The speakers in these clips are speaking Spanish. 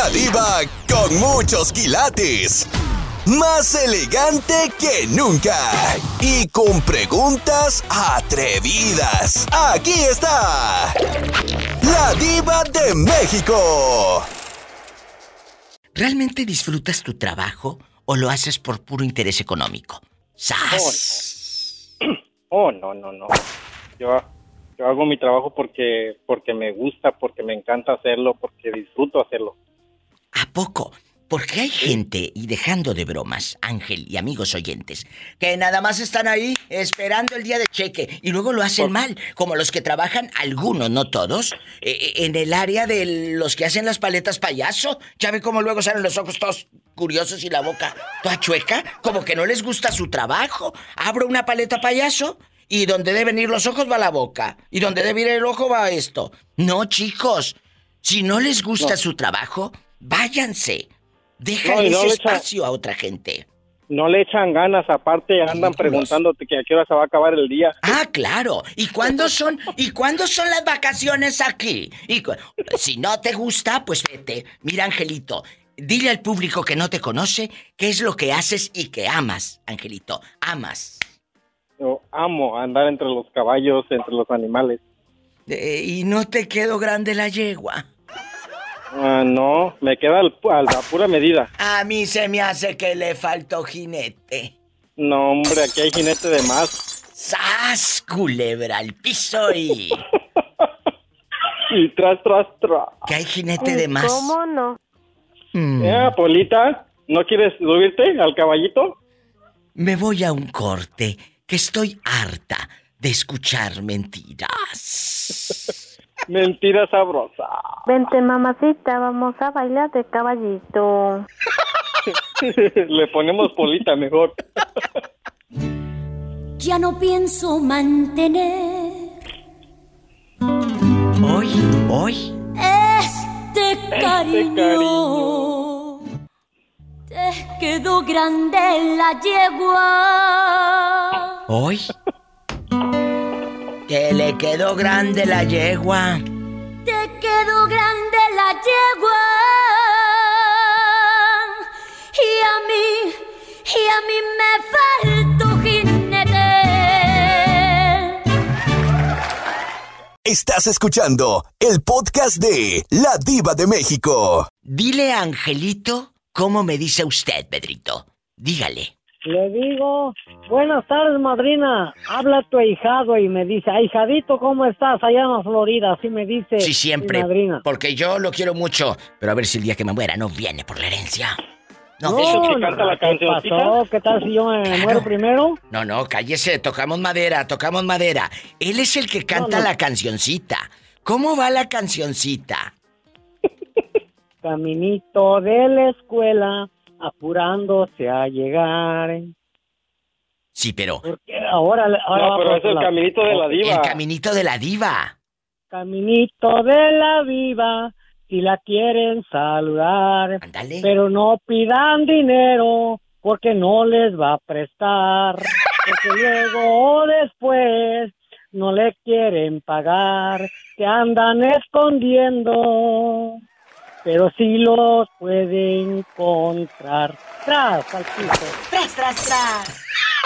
La diva con muchos quilates, más elegante que nunca y con preguntas atrevidas. Aquí está la Diva de México. ¿Realmente disfrutas tu trabajo o lo haces por puro interés económico? ¡Sas! No. Yo hago mi trabajo porque me gusta, porque me encanta hacerlo, porque disfruto hacerlo. ¿A poco? Porque hay gente, y dejando de bromas, Ángel y amigos oyentes, que nada más están ahí esperando el día de cheque y luego lo hacen mal, como los que trabajan, algunos, no todos, en el área de los que hacen las paletas payaso. ¿Ya ve cómo luego salen los ojos todos curiosos y la boca toda chueca? Como que no les gusta su trabajo. Abro una paleta payaso y donde deben ir los ojos va la boca, y donde debe ir el ojo va esto. No, chicos, si no les gusta su trabajo, váyanse. Déjale ese espacio a otra gente. No le echan ganas, aparte andan preguntándote que a qué hora se va a acabar el día. Ah, claro. ¿Y cuándo son las vacaciones aquí? Si no te gusta, pues vete. Mira, Angelito, dile al público que no te conoce qué es lo que haces y que amas, Angelito. Amas. Yo amo andar entre los caballos, entre los animales. ¿Y no te quedó grande la yegua? No, me queda a la pura medida. A mí se me hace que le faltó jinete. No, hombre, aquí hay jinete de más. ¡Sas! Culebra al piso y... y tras. ¿Que hay jinete de más? ¿Cómo no? Polita, ¿no quieres subirte al caballito? Me voy a un corte, que estoy harta de escuchar mentiras. Mentira sabrosa. Vente, mamacita, vamos a bailar de caballito. Le ponemos Polita mejor. Ya no pienso mantener Hoy este cariño. Te quedó grande la yegua. Hoy que le quedó grande la yegua. Te quedó grande la yegua. Y a mí me faltó jinete. Estás escuchando el podcast de La Diva de México. Dile a Angelito cómo me dice usted, Pedrito. Dígale. Le digo, buenas tardes, madrina. Habla tu ahijado y me dice, ahijadito, ¿cómo estás allá en la Florida? Así me dice. Sí, siempre. Mi madrina. Porque yo lo quiero mucho. Pero a ver si el día que me muera no viene por la herencia. No, que canta la cancioncita. ¿Qué pasó? ¿Qué tal si yo me muero primero? No, cállese, tocamos madera. Él es el que canta la cancioncita. ¿Cómo va la cancioncita? Caminito de la escuela, apurándose a llegar. Sí, pero... Porque ahora no, pero es el caminito de la diva. El caminito de la diva. Caminito de la diva, si la quieren saludar. Ándale. Pero no pidan dinero, porque no les va a prestar. Porque luego o después no le quieren pagar, que andan escondiendo. Pero sí los puede encontrar. ¡Tras al piso! ¡Tras!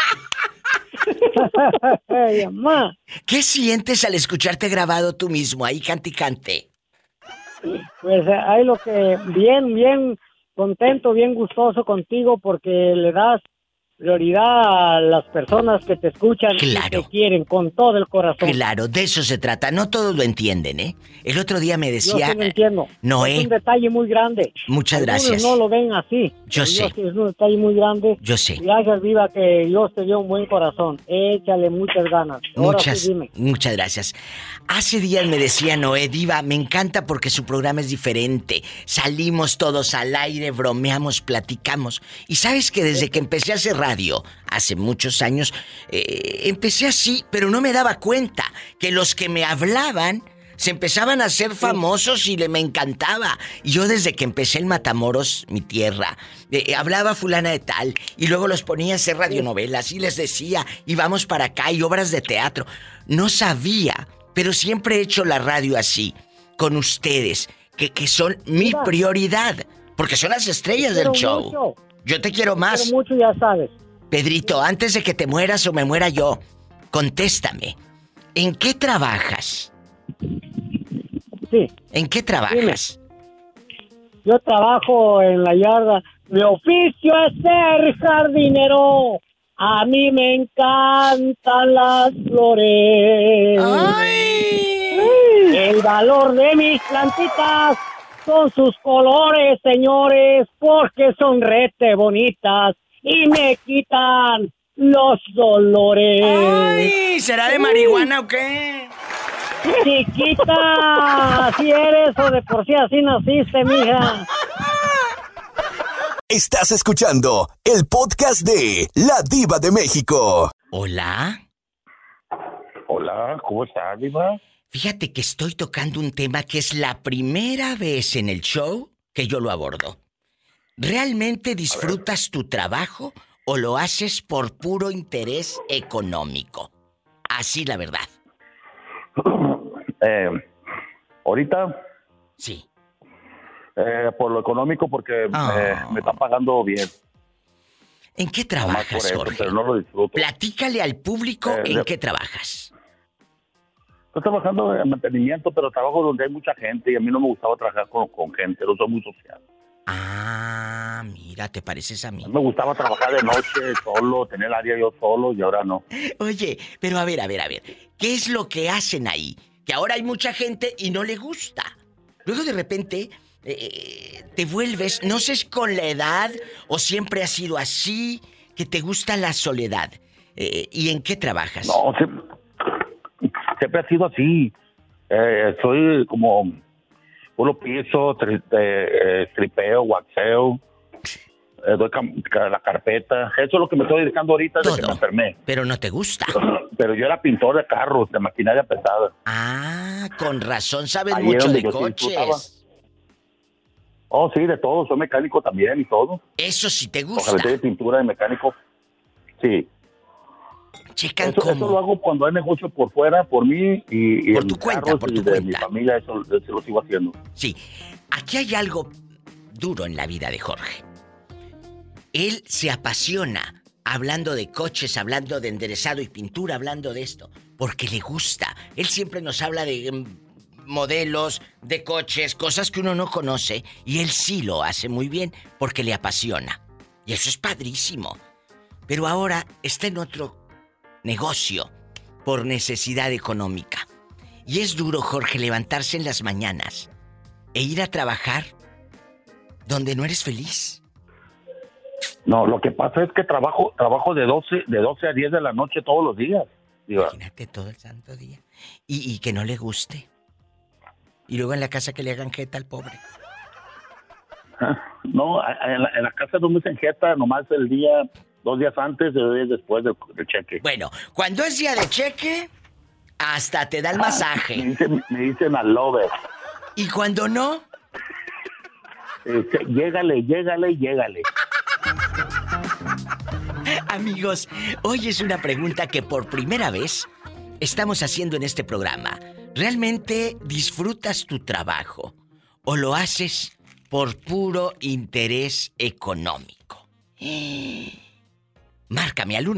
Ay, mamá. ¿Qué sientes al escucharte grabado tú mismo ahí cante y cante? Pues hay lo que bien contento, bien gustoso contigo porque le das prioridad a las personas que te escuchan y te quieren con todo el corazón. Claro, de eso se trata. No todos lo entienden, ¿eh? El otro día me decía... Yo sí lo entiendo. Noé. Es un detalle muy grande. Muchas gracias. No lo ven así. Yo sé. Es un detalle muy grande. Yo sé. Gracias, Viva, que Dios te dio un buen corazón. Échale muchas ganas. Ahora sí, dime. Muchas gracias. Hace días me decía Noé, Diva, me encanta porque su programa es diferente. Salimos todos al aire, bromeamos, platicamos. Y sabes que desde que empecé a hacer radio, hace muchos años, empecé así, pero no me daba cuenta que los que me hablaban se empezaban a hacer famosos y me encantaba. Y yo desde que empecé en Matamoros, mi tierra, hablaba fulana de tal, y luego los ponía a hacer radionovelas y les decía, y vamos para acá, y obras de teatro. No sabía, pero siempre he hecho la radio así, con ustedes, que son mi prioridad. Porque son las estrellas del show. Mucho. Yo te quiero más. Pero mucho, ya sabes. Pedrito, antes de que te mueras o me muera yo, contéstame. ¿En qué trabajas? Sí. ¿En qué trabajas? Dime. Yo trabajo en la yarda. Mi oficio es ser jardinero. A mí me encantan las flores. ¡Ay! El valor de mis plantitas son sus colores, señores, porque son rete bonitas y me quitan los dolores. ¡Ay! ¿Será de marihuana o qué? Chiquita, si eres o de por sí así naciste, mija. Estás escuchando el podcast de La Diva de México. ¿Hola? Hola, ¿cómo estás, Diva? Fíjate que estoy tocando un tema que es la primera vez en el show que yo lo abordo. ¿Realmente disfrutas tu trabajo o lo haces por puro interés económico? Así la verdad. Ahorita, Sí. por lo económico, porque me están pagando bien. ¿En qué Nada más por trabajas, eso, Jorge? pero no lo disfruto. Platícale al público en qué trabajas. Estoy trabajando en mantenimiento, pero trabajo donde hay mucha gente y a mí no me gustaba trabajar con gente, no soy muy social. Ah, mira, te pareces a mí. Me gustaba trabajar de noche solo, tener el área yo solo y ahora no. Oye, pero a ver. ¿Qué es lo que hacen ahí? Que ahora hay mucha gente y no le gusta. Luego de repente te vuelves, no sé si con la edad o siempre ha sido así, que te gusta la soledad. ¿Y en qué trabajas? No, siempre ha sido así. Soy como puro piso, tripeo, waxeo, doy la carpeta. Eso es lo que me estoy dedicando ahorita desde que me enfermé. Pero no te gusta. Pero yo era pintor de carros, de maquinaria pesada. Ah, con razón sabes Ahí mucho es donde de yo sí disfrutaba. coches. Oh, sí, de todo. Soy mecánico también y todo. Eso sí te gusta. Ojalá de pintura de mecánico. Sí. Checan Eso cómo. lo hago cuando hay negocio por fuera, por mí y Por en tu mis cuenta, carros por y tu de cuenta. mi familia, eso lo sigo haciendo. Sí, aquí hay algo duro en la vida de Jorge. Él se apasiona hablando de coches, hablando de enderezado y pintura, hablando de esto, porque le gusta. Él siempre nos habla de modelos, de coches, cosas que uno no conoce, y él sí lo hace muy bien porque le apasiona. Y eso es padrísimo. Pero ahora está en otro negocio por necesidad económica. Y es duro, Jorge, levantarse en las mañanas e ir a trabajar donde no eres feliz. No, lo que pasa es que trabajo de 12 a 10 de la noche todos los días. Digo, Imagínate todo el santo día. Y que no le guste. Y luego en la casa que le hagan jeta al pobre. no, en la casa no me hacen jeta, nomás el día, 2 días antes y 2 días después del cheque. Bueno, cuando es día de cheque, hasta te da el masaje. Me dicen al lover. Y cuando no, Llégale. amigos, hoy es una pregunta que por primera vez estamos haciendo en este programa. ¿Realmente disfrutas tu trabajo o lo haces por puro interés económico? Márcame al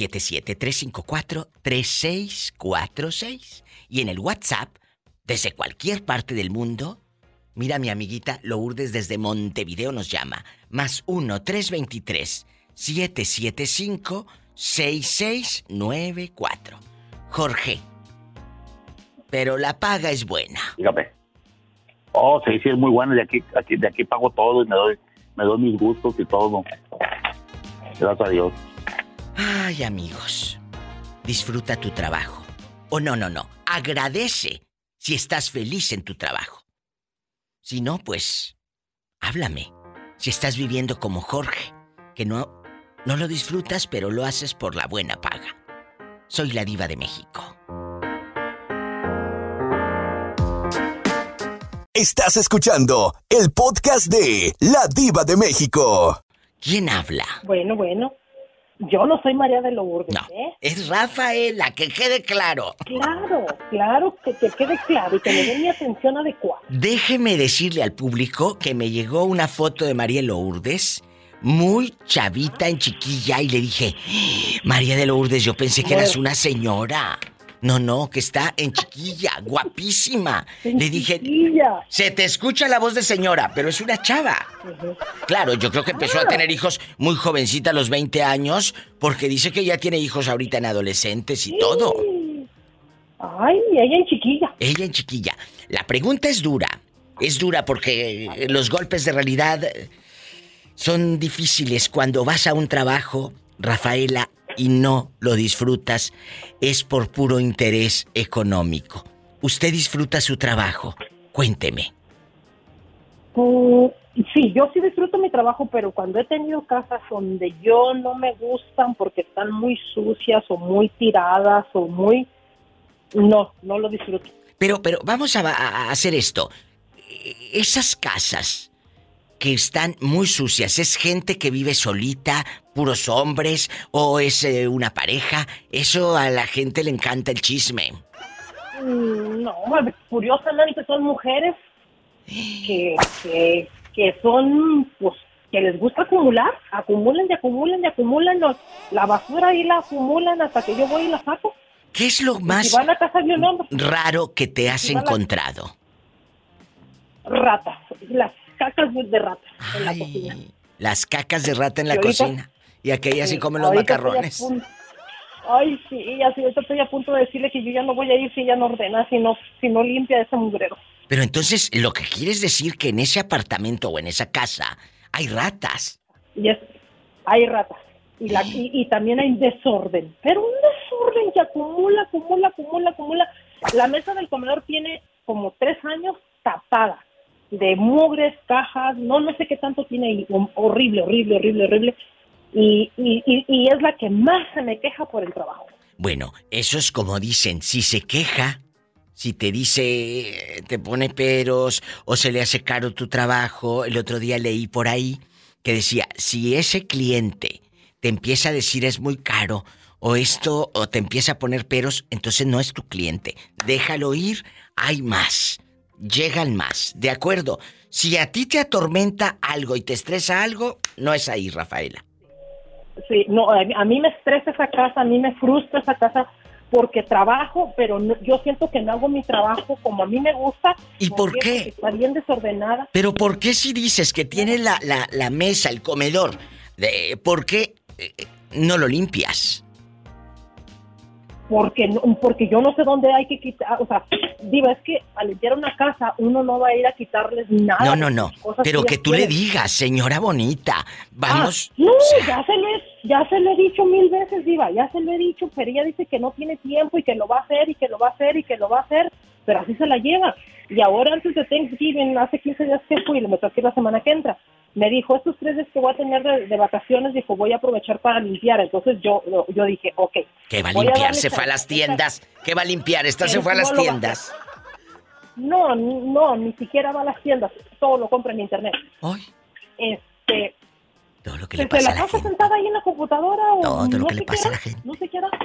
1877-354-3646 y en el WhatsApp, desde cualquier parte del mundo. Mira, mi amiguita Lourdes desde Montevideo nos llama. Más 1-323-775-6694. Jorge, pero la paga es buena. Dígame. Oh, sí, es muy bueno. De aquí pago todo y me doy mis gustos y todo. Gracias a Dios. Ay, amigos, disfruta tu trabajo. O no. Agradece si estás feliz en tu trabajo. Si no, pues, háblame. Si estás viviendo como Jorge, que no lo disfrutas, pero lo haces por la buena paga. Soy la Diva de México. Estás escuchando el podcast de La Diva de México. ¿Quién habla? Bueno. Yo no soy María de Lourdes, No, es Rafaela, que quede claro. Claro, que quede claro y que me den mi atención adecuada. Déjeme decirle al público que me llegó una foto de María Lourdes, muy chavita, en chiquilla, y le dije, María de Lourdes, yo pensé que eras una señora. No, que está en chiquilla, guapísima. Le dije, se te escucha la voz de señora, pero es una chava. Uh-huh. Claro, yo creo que empezó a tener hijos muy jovencita a los 20 años, porque dice que ya tiene hijos ahorita en adolescentes y todo. Ay, ella en chiquilla. Ella en chiquilla. La pregunta es dura porque los golpes de realidad son difíciles cuando vas a un trabajo, Rafaela, y no lo disfrutas, es por puro interés económico. ¿Usted disfruta su trabajo? Cuénteme. Sí, yo sí disfruto mi trabajo, pero cuando he tenido casas donde yo no me gustan porque están muy sucias o muy tiradas o muy... No lo disfruto. Pero vamos a hacer esto. Esas casas que están muy sucias, ¿es gente que vive solita, puros hombres, o es una pareja? Eso a la gente le encanta el chisme. No, curiosamente son mujeres que son, pues, que les gusta acumular, acumulan, la basura y la acumulan hasta que yo voy y la saco. ¿Qué es lo más raro que te has encontrado? Ratas, las cacas de rata en la cocina. Las cacas de rata en la cocina. Y aquellas sí comen los macarrones. Ay, sí, así estoy a punto de decirle que yo ya no voy a ir si ella no ordena, si no limpia ese mugrero. Pero entonces, lo que quieres decir que en ese apartamento o en esa casa hay ratas. Hay ratas. Y también hay desorden. Pero un desorden que acumula. La mesa del comedor tiene como 3 años tapada de mugres, cajas, no sé qué tanto tiene ahí. Horrible. Y es la que más se me queja por el trabajo. Bueno, eso es como dicen, si se queja, si te dice, te pone peros o se le hace caro tu trabajo. El otro día leí por ahí que decía, si ese cliente te empieza a decir es muy caro o esto, o te empieza a poner peros, entonces no es tu cliente. Déjalo ir, hay más. Llegan más, ¿de acuerdo? Si a ti te atormenta algo y te estresa algo, no es ahí, Rafaela. Sí, no, a mí me estresa esa casa, a mí me frustra esa casa porque trabajo, pero yo siento que no hago mi trabajo como a mí me gusta. ¿Y por qué? Está bien desordenada. Pero ¿por qué si dices que tiene la mesa, el comedor, por qué no lo limpias? Porque yo no sé dónde hay que quitar, o sea, digo, es que al limpiar una casa uno no va a ir a quitarles nada. No, pero que tú le digas, señora bonita, vamos. No, ya se lo he dicho 1000 veces, Diva, ya se lo he dicho, pero ella dice que no tiene tiempo y que lo va a hacer, pero así se la lleva. Y ahora antes de Thanksgiving, hace 15 días que fui, me toqué la semana que entra, me dijo, estos 3 días que voy a tener de vacaciones, dijo, voy a aprovechar para limpiar. Entonces yo dije, ok. ¿Qué va a limpiar? ¿Se fue a las tiendas? ¿Qué va a limpiar? ¿Esta se fue a las tiendas? No, ni siquiera va a las tiendas. Todo lo compra en internet. ¿Ay? Todo lo que le pasa a la gente. ¿Se la pasa sentada ahí en la computadora? Todo lo que le pasa a la gente. No se queda.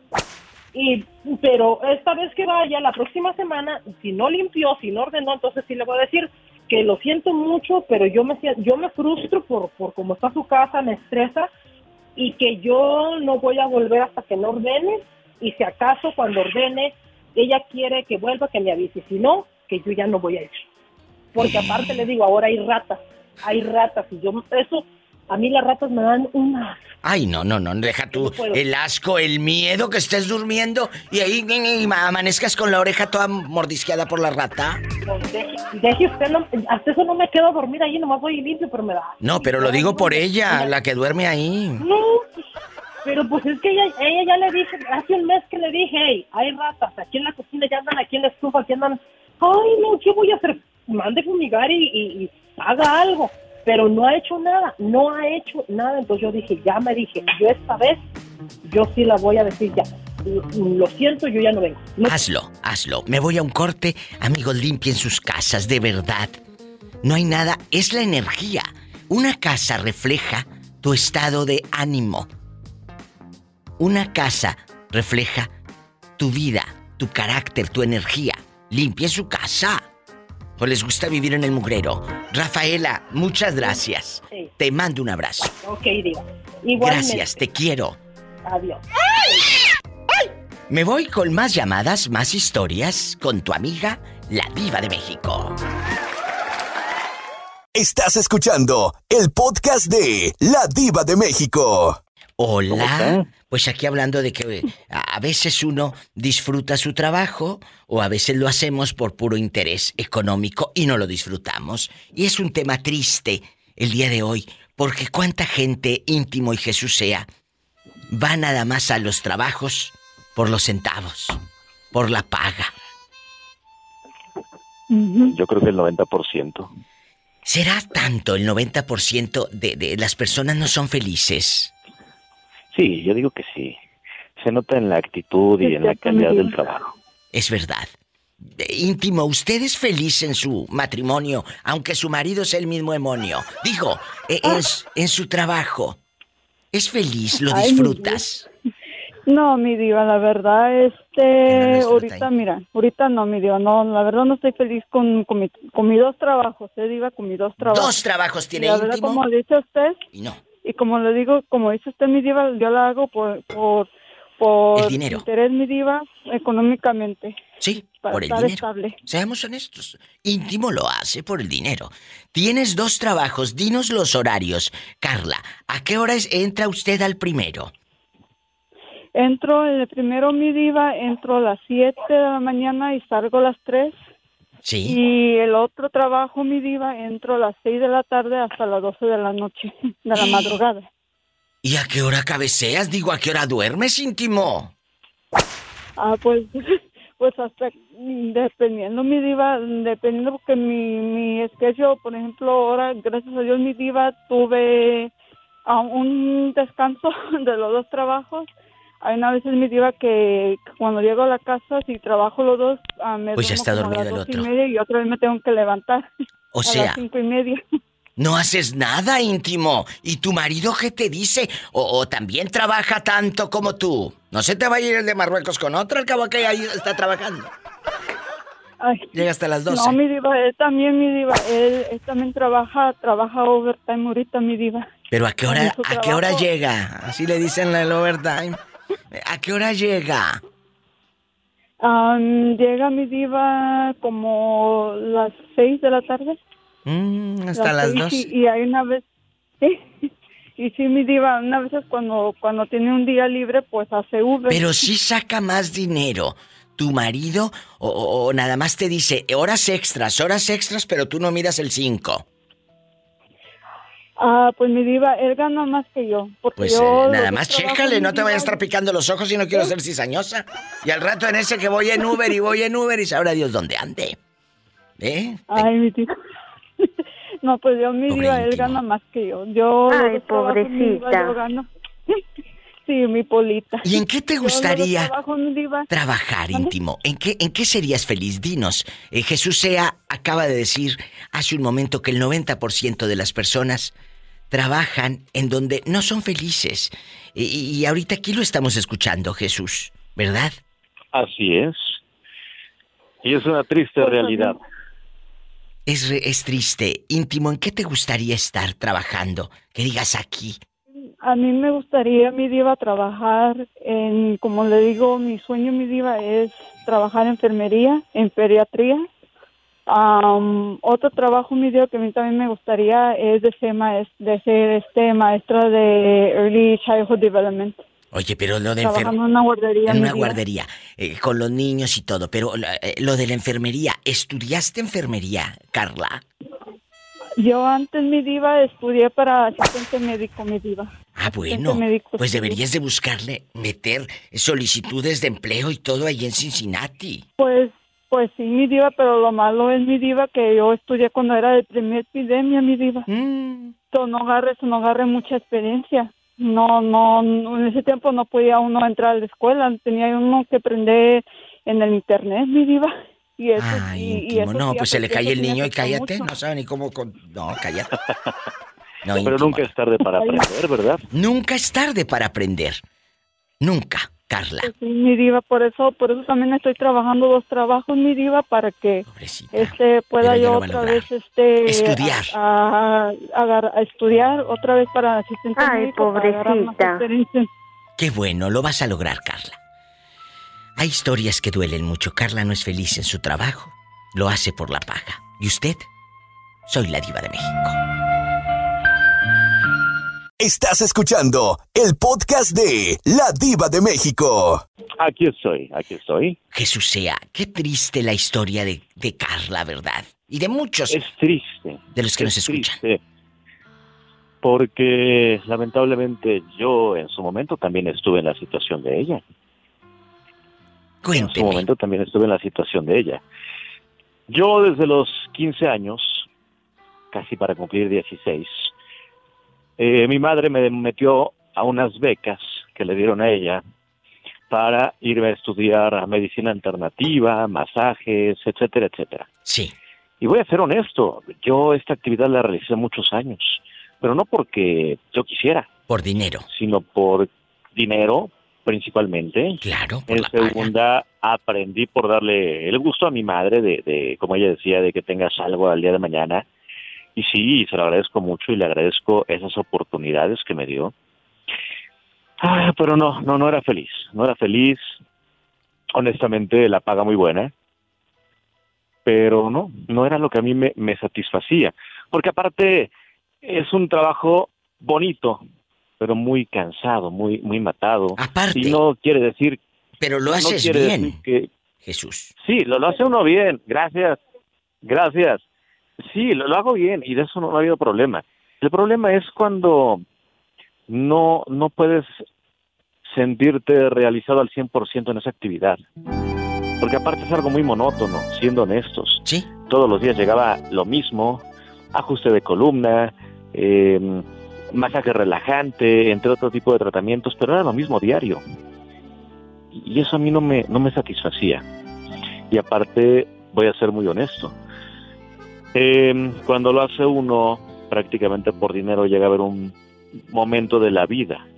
Pero esta vez que vaya, la próxima semana, si no limpió, si no ordenó, entonces sí le voy a decir que lo siento mucho, pero yo me frustro por cómo está su casa, me estresa, y que yo no voy a volver hasta que no ordene, y si acaso cuando ordene, ella quiere que vuelva, que me avise, si no, que yo ya no voy a ir. Porque aparte le digo, ahora hay ratas, y a mí las ratas me dan una... Ay, no, deja tú el asco, el miedo que estés durmiendo y ahí amanezcas con la oreja toda mordisqueada por la rata. Deje usted, hasta eso no me quedo a dormir ahí, nomás voy y limpio, pero me da... No, pero lo digo por ella, la que duerme ahí. No, pero pues es que ella ya le dije, hace un mes que le dije, hey, hay ratas, aquí en la cocina ya andan, aquí en la estufa, aquí andan... Ay, no, ¿qué voy a hacer? Mande fumigar y haga algo. Pero no ha hecho nada, entonces yo dije, yo esta vez, yo sí la voy a decir ya, lo siento, yo ya no vengo. No. Hazlo, me voy a un corte, amigos, limpien sus casas, de verdad, no hay nada, es la energía, una casa refleja tu estado de ánimo, Una casa refleja tu vida, tu carácter, tu energía. Limpie su casa. ¿O les gusta vivir en el mugrero? Rafaela, muchas gracias. Sí. Te mando un abrazo. Ok, Diva. Igualmente. Gracias, te quiero. Adiós. Me voy con más llamadas, más historias con tu amiga, la Diva de México. Estás escuchando el podcast de La Diva de México. Hola, pues aquí hablando de que a veces uno disfruta su trabajo o a veces lo hacemos por puro interés económico y no lo disfrutamos. Y es un tema triste el día de hoy, porque cuánta gente, Íntimo y Jesús Sea, va nada más a los trabajos por los centavos, por la paga. Yo creo que el 90%. ¿Será tanto el 90% de las personas no son felices? Sí, yo digo que sí. Se nota en la actitud y en la calidad del trabajo. Es verdad. Íntimo, ¿usted es feliz en su matrimonio, aunque su marido sea el mismo demonio? Digo, en su trabajo. ¿Es feliz? ¿Lo disfrutas? No, mi diva, la verdad, ahorita, mira, ahorita no, mi diva, no, la verdad no estoy feliz con mis dos trabajos, diva, con mis dos trabajos. ¿Dos trabajos tiene Íntimo? La verdad, como dice usted, y no. Y como le digo, como dice usted, mi diva, yo la hago por el dinero. Interés, mi diva, económicamente. Sí, para por el estar dinero. Estable. Seamos honestos. Íntimo lo hace por el dinero. Tienes dos trabajos, dinos los horarios. Carla, ¿a qué hora entra usted al primero? Entro el primero, mi diva, entro a las 7 de la mañana y salgo a las 3. Sí. Y el otro trabajo, mi diva, entro a las 6 de la tarde hasta las 12 de la noche, de la madrugada. ¿Y a qué hora cabeceas? Digo, ¿a qué hora duermes, Íntimo? Pues hasta, dependiendo, mi diva, dependiendo porque mi schedule, por ejemplo, ahora, gracias a Dios, mi diva, tuve un descanso de los dos trabajos. Hay una vez mi diva que cuando llego a la casa, si trabajo los dos, me pues ya está dormido el otro. 2:30 y otra vez me tengo que levantar. O a sea, las 5:30. No haces nada, Íntimo. ¿Y tu marido qué te dice? ¿O también trabaja tanto como tú? No se te va a ir el de Marruecos con otro, al cabo que ahí está trabajando. Ay, llega hasta las 12. No, mi diva, él también trabaja overtime ahorita, mi diva. ¿Pero a qué hora llega? Así le dicen el overtime. ¿A qué hora llega? Llega mi diva como las 6 de la tarde. Hasta las 2. Y hay una vez, sí, y sí, mi diva, una vez cuando tiene un día libre, pues hace Uber. Pero sí saca más dinero tu marido o nada más te dice horas extras, pero tú no miras el 5. Pues mi diva, él gana más que yo. Porque pues yo nada más chécale, no te vayas a estar picando los ojos y no quiero ser cizañosa. Y al rato en ese que voy en Uber y sabrá Dios dónde ande. Ay, mi diva. No, pues yo, mi diva, él gana más que yo. Ay, pobrecita. Yo gano. Sí, mi Polita. ¿Y en qué te gustaría trabajar, Íntimo? ¿En qué serías feliz? Dinos. Jesús Sea acaba de decir hace un momento que el 90% de las personas trabajan en donde no son felices. Y ahorita aquí lo estamos escuchando, Jesús, ¿verdad? Así es. Y es una triste realidad. Es triste. Íntimo, ¿en qué te gustaría estar trabajando? Que digas aquí. A mí me gustaría, mi diva, trabajar como le digo, mi sueño, mi diva, es trabajar en enfermería, en pediatría. Otro trabajo, mi diva, que a mí también me gustaría es de ser maestra de Early Childhood Development. Oye, pero lo de trabajando en una guardería. En una guardería, con los niños y todo. Pero lo de la enfermería, ¿estudiaste enfermería, Carla? Yo antes, mi diva, estudié para asistente médico, mi diva. Ah, bueno, médico, pues deberías de meter solicitudes de empleo y todo ahí en Cincinnati. Pues sí, mi diva, pero lo malo es, mi diva, que yo estudié cuando era de primera epidemia, mi diva. No agarré mucha experiencia. No, en ese tiempo no podía uno entrar a la escuela, tenía uno que aprender en el internet, mi diva. Y eso, Íntimo, no, pues se le cae el niño y cállate, mucho. No sabe ni cómo... No, cállate. No, pero Íntimo. Nunca es tarde para aprender, ¿verdad? Nunca es tarde para aprender. Nunca, Carla. Pues sí, mi diva, por eso también estoy trabajando 2 trabajos, mi diva, para que pueda yo otra vez estudiar. A estudiar otra vez para asistente médico, para agarrar más experiencia. Qué bueno, lo vas a lograr, Carla. Hay historias que duelen mucho. Carla no es feliz en su trabajo. Lo hace por la paga. ¿Y usted? Soy la Diva de México. Estás escuchando el podcast de La Diva de México. Aquí estoy. Jesús sea, qué triste la historia de Carla, ¿verdad? Y de muchos. Es triste. De los que nos escuchan. Triste, porque lamentablemente yo en su momento también estuve en la situación de ella. Cuénteme. En su momento también estuve en la situación de ella. Yo desde los 15 años, casi para cumplir 16, mi madre me metió a unas becas que le dieron a ella para irme a estudiar medicina alternativa, masajes, etcétera, etcétera. Sí. Y voy a ser honesto, yo esta actividad la realicé muchos años, pero no porque yo quisiera. Por dinero. Sino por dinero, principalmente. Claro, en segunda, aprendí por darle el gusto a mi madre de, como ella decía, de que tengas algo al día de mañana. Y sí, se lo agradezco mucho y le agradezco esas oportunidades que me dio. Pero no era feliz. No era feliz. Honestamente, la paga muy buena. Pero no era lo que a mí me satisfacía. Porque aparte, es un trabajo bonito, pero muy cansado, muy matado. Aparte. Y no quiere decir... Pero lo haces bien, Jesús. Sí, lo hace uno bien. Gracias. Sí, lo hago bien y de eso no ha habido problema. El problema es cuando no puedes sentirte realizado al 100% en esa actividad. Porque aparte es algo muy monótono, siendo honestos. Sí. Todos los días llegaba lo mismo, ajuste de columna, masaje relajante, entre otro tipo de tratamientos, pero era lo mismo diario. Y eso a mí no me satisfacía. Y aparte, voy a ser muy honesto, cuando lo hace uno prácticamente por dinero, llega a haber un momento de la vida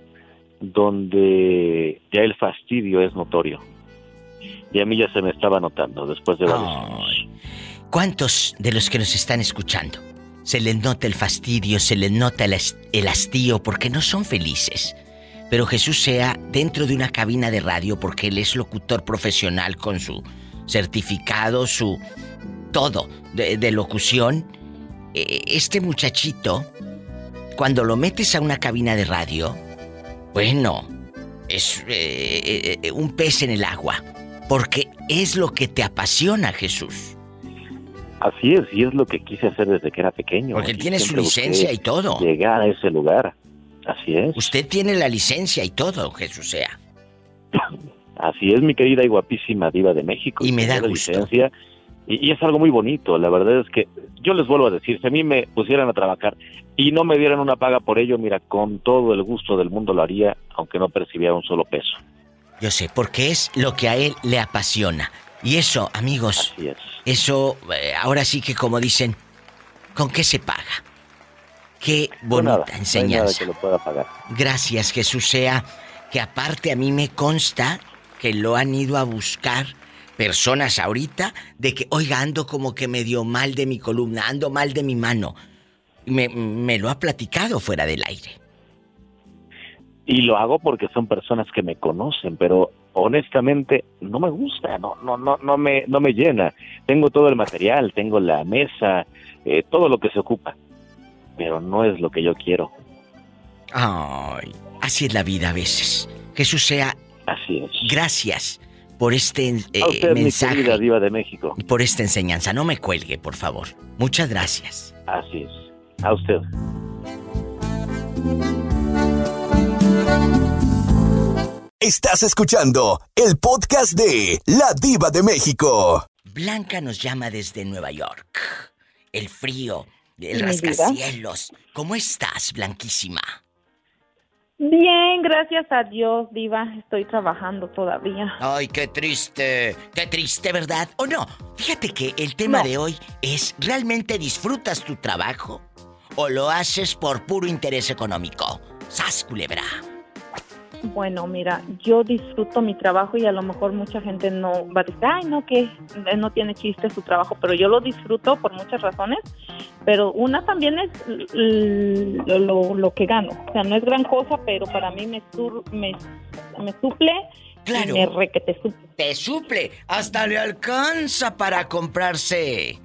donde ya el fastidio es notorio. Y a mí ya se me estaba notando después de varios años. ¿Cuántos de los que nos están escuchando se les nota el fastidio, se les nota el hastío porque no son felices? Pero Jesús sea dentro de una cabina de radio, porque él es locutor profesional con su certificado, su todo de locución. Este muchachito, cuando lo metes a una cabina de radio, bueno, es un pez en el agua, porque es lo que te apasiona, Jesús. Así es, y es lo que quise hacer desde que era pequeño. Porque él tiene su licencia y todo. Llegar a ese lugar, así es. Usted tiene la licencia y todo, Jesús sea. Así es, mi querida y guapísima Diva de México. Y me da gusto. Licencia, y es algo muy bonito, la verdad es que, yo les vuelvo a decir, si a mí me pusieran a trabajar y no me dieran una paga por ello, mira, con todo el gusto del mundo lo haría, aunque no percibiera un solo peso. Yo sé, porque es lo que a él le apasiona. Y eso, amigos, así es. Eso, ahora sí que como dicen, ¿con qué se paga? Qué bonita enseñanza. No hay nada que lo pueda pagar. Gracias, Jesús sea, que aparte a mí me consta que lo han ido a buscar personas ahorita de que, oiga, ando como que medio mal de mi columna, ando mal de mi mano. Me lo ha platicado fuera del aire. Y lo hago porque son personas que me conocen, pero honestamente no me gusta, no me llena. Tengo todo el material, tengo la mesa, todo lo que se ocupa, pero no es lo que yo quiero. Ay, así es la vida a veces. Jesús sea, así es. Gracias por este a usted, mensaje, mi querida Diva de México, y por esta enseñanza. No me cuelgue, por favor. Muchas gracias. Así es. A usted. Estás escuchando el podcast de La Diva de México. Blanca nos llama desde Nueva York. El frío, el rascacielos. ¿Cómo estás, Blanquísima? Bien, gracias a Dios, Diva. Estoy trabajando todavía. Ay, qué triste, ¿verdad? ¿O no? Fíjate que el tema de hoy es, ¿realmente disfrutas tu trabajo? ¿O lo haces por puro interés económico? ¡Sas, culebra! Bueno, mira, yo disfruto mi trabajo y a lo mejor mucha gente no va a decir, ay, no, que no tiene chiste su trabajo, pero yo lo disfruto por muchas razones, pero una también es lo que gano. O sea, no es gran cosa, pero para mí me suple. Claro. Y me requete suple. Te suple. Hasta le alcanza para comprarse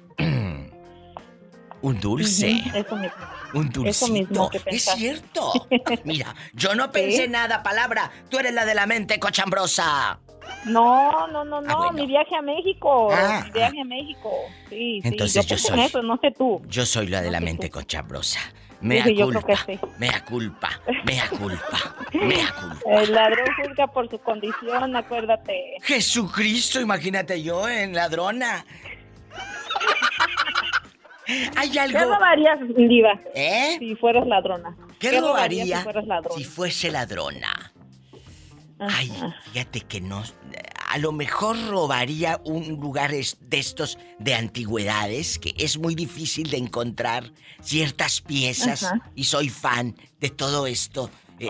un dulce. Eso mismo. Un dulcito. Eso mismo que es pensaste. cierto. Mira, yo no pensé nada, palabra. Tú eres la de la mente cochambrosa. No, bueno. mi viaje a México. Ah, Mi viaje a México. Sí, entonces yo yo pensé soy. en eso, no sé tú. Yo soy la de la mente cochambrosa. Mea Sí, yo culpa. creo que sí. Mea culpa. Mea culpa. Mea culpa. El ladrón juzga por su condición, acuérdate. Jesucristo, imagínate yo en ladrona. Hay algo. ¿Qué robarías, diva? Si fueras ladrona. ¿Qué robaría si fueras ladrona? si fuese ladrona? Ay, fíjate que no. A lo mejor robaría un lugar de estos de antigüedades, que es muy difícil de encontrar ciertas piezas. Ajá. Y soy fan de todo esto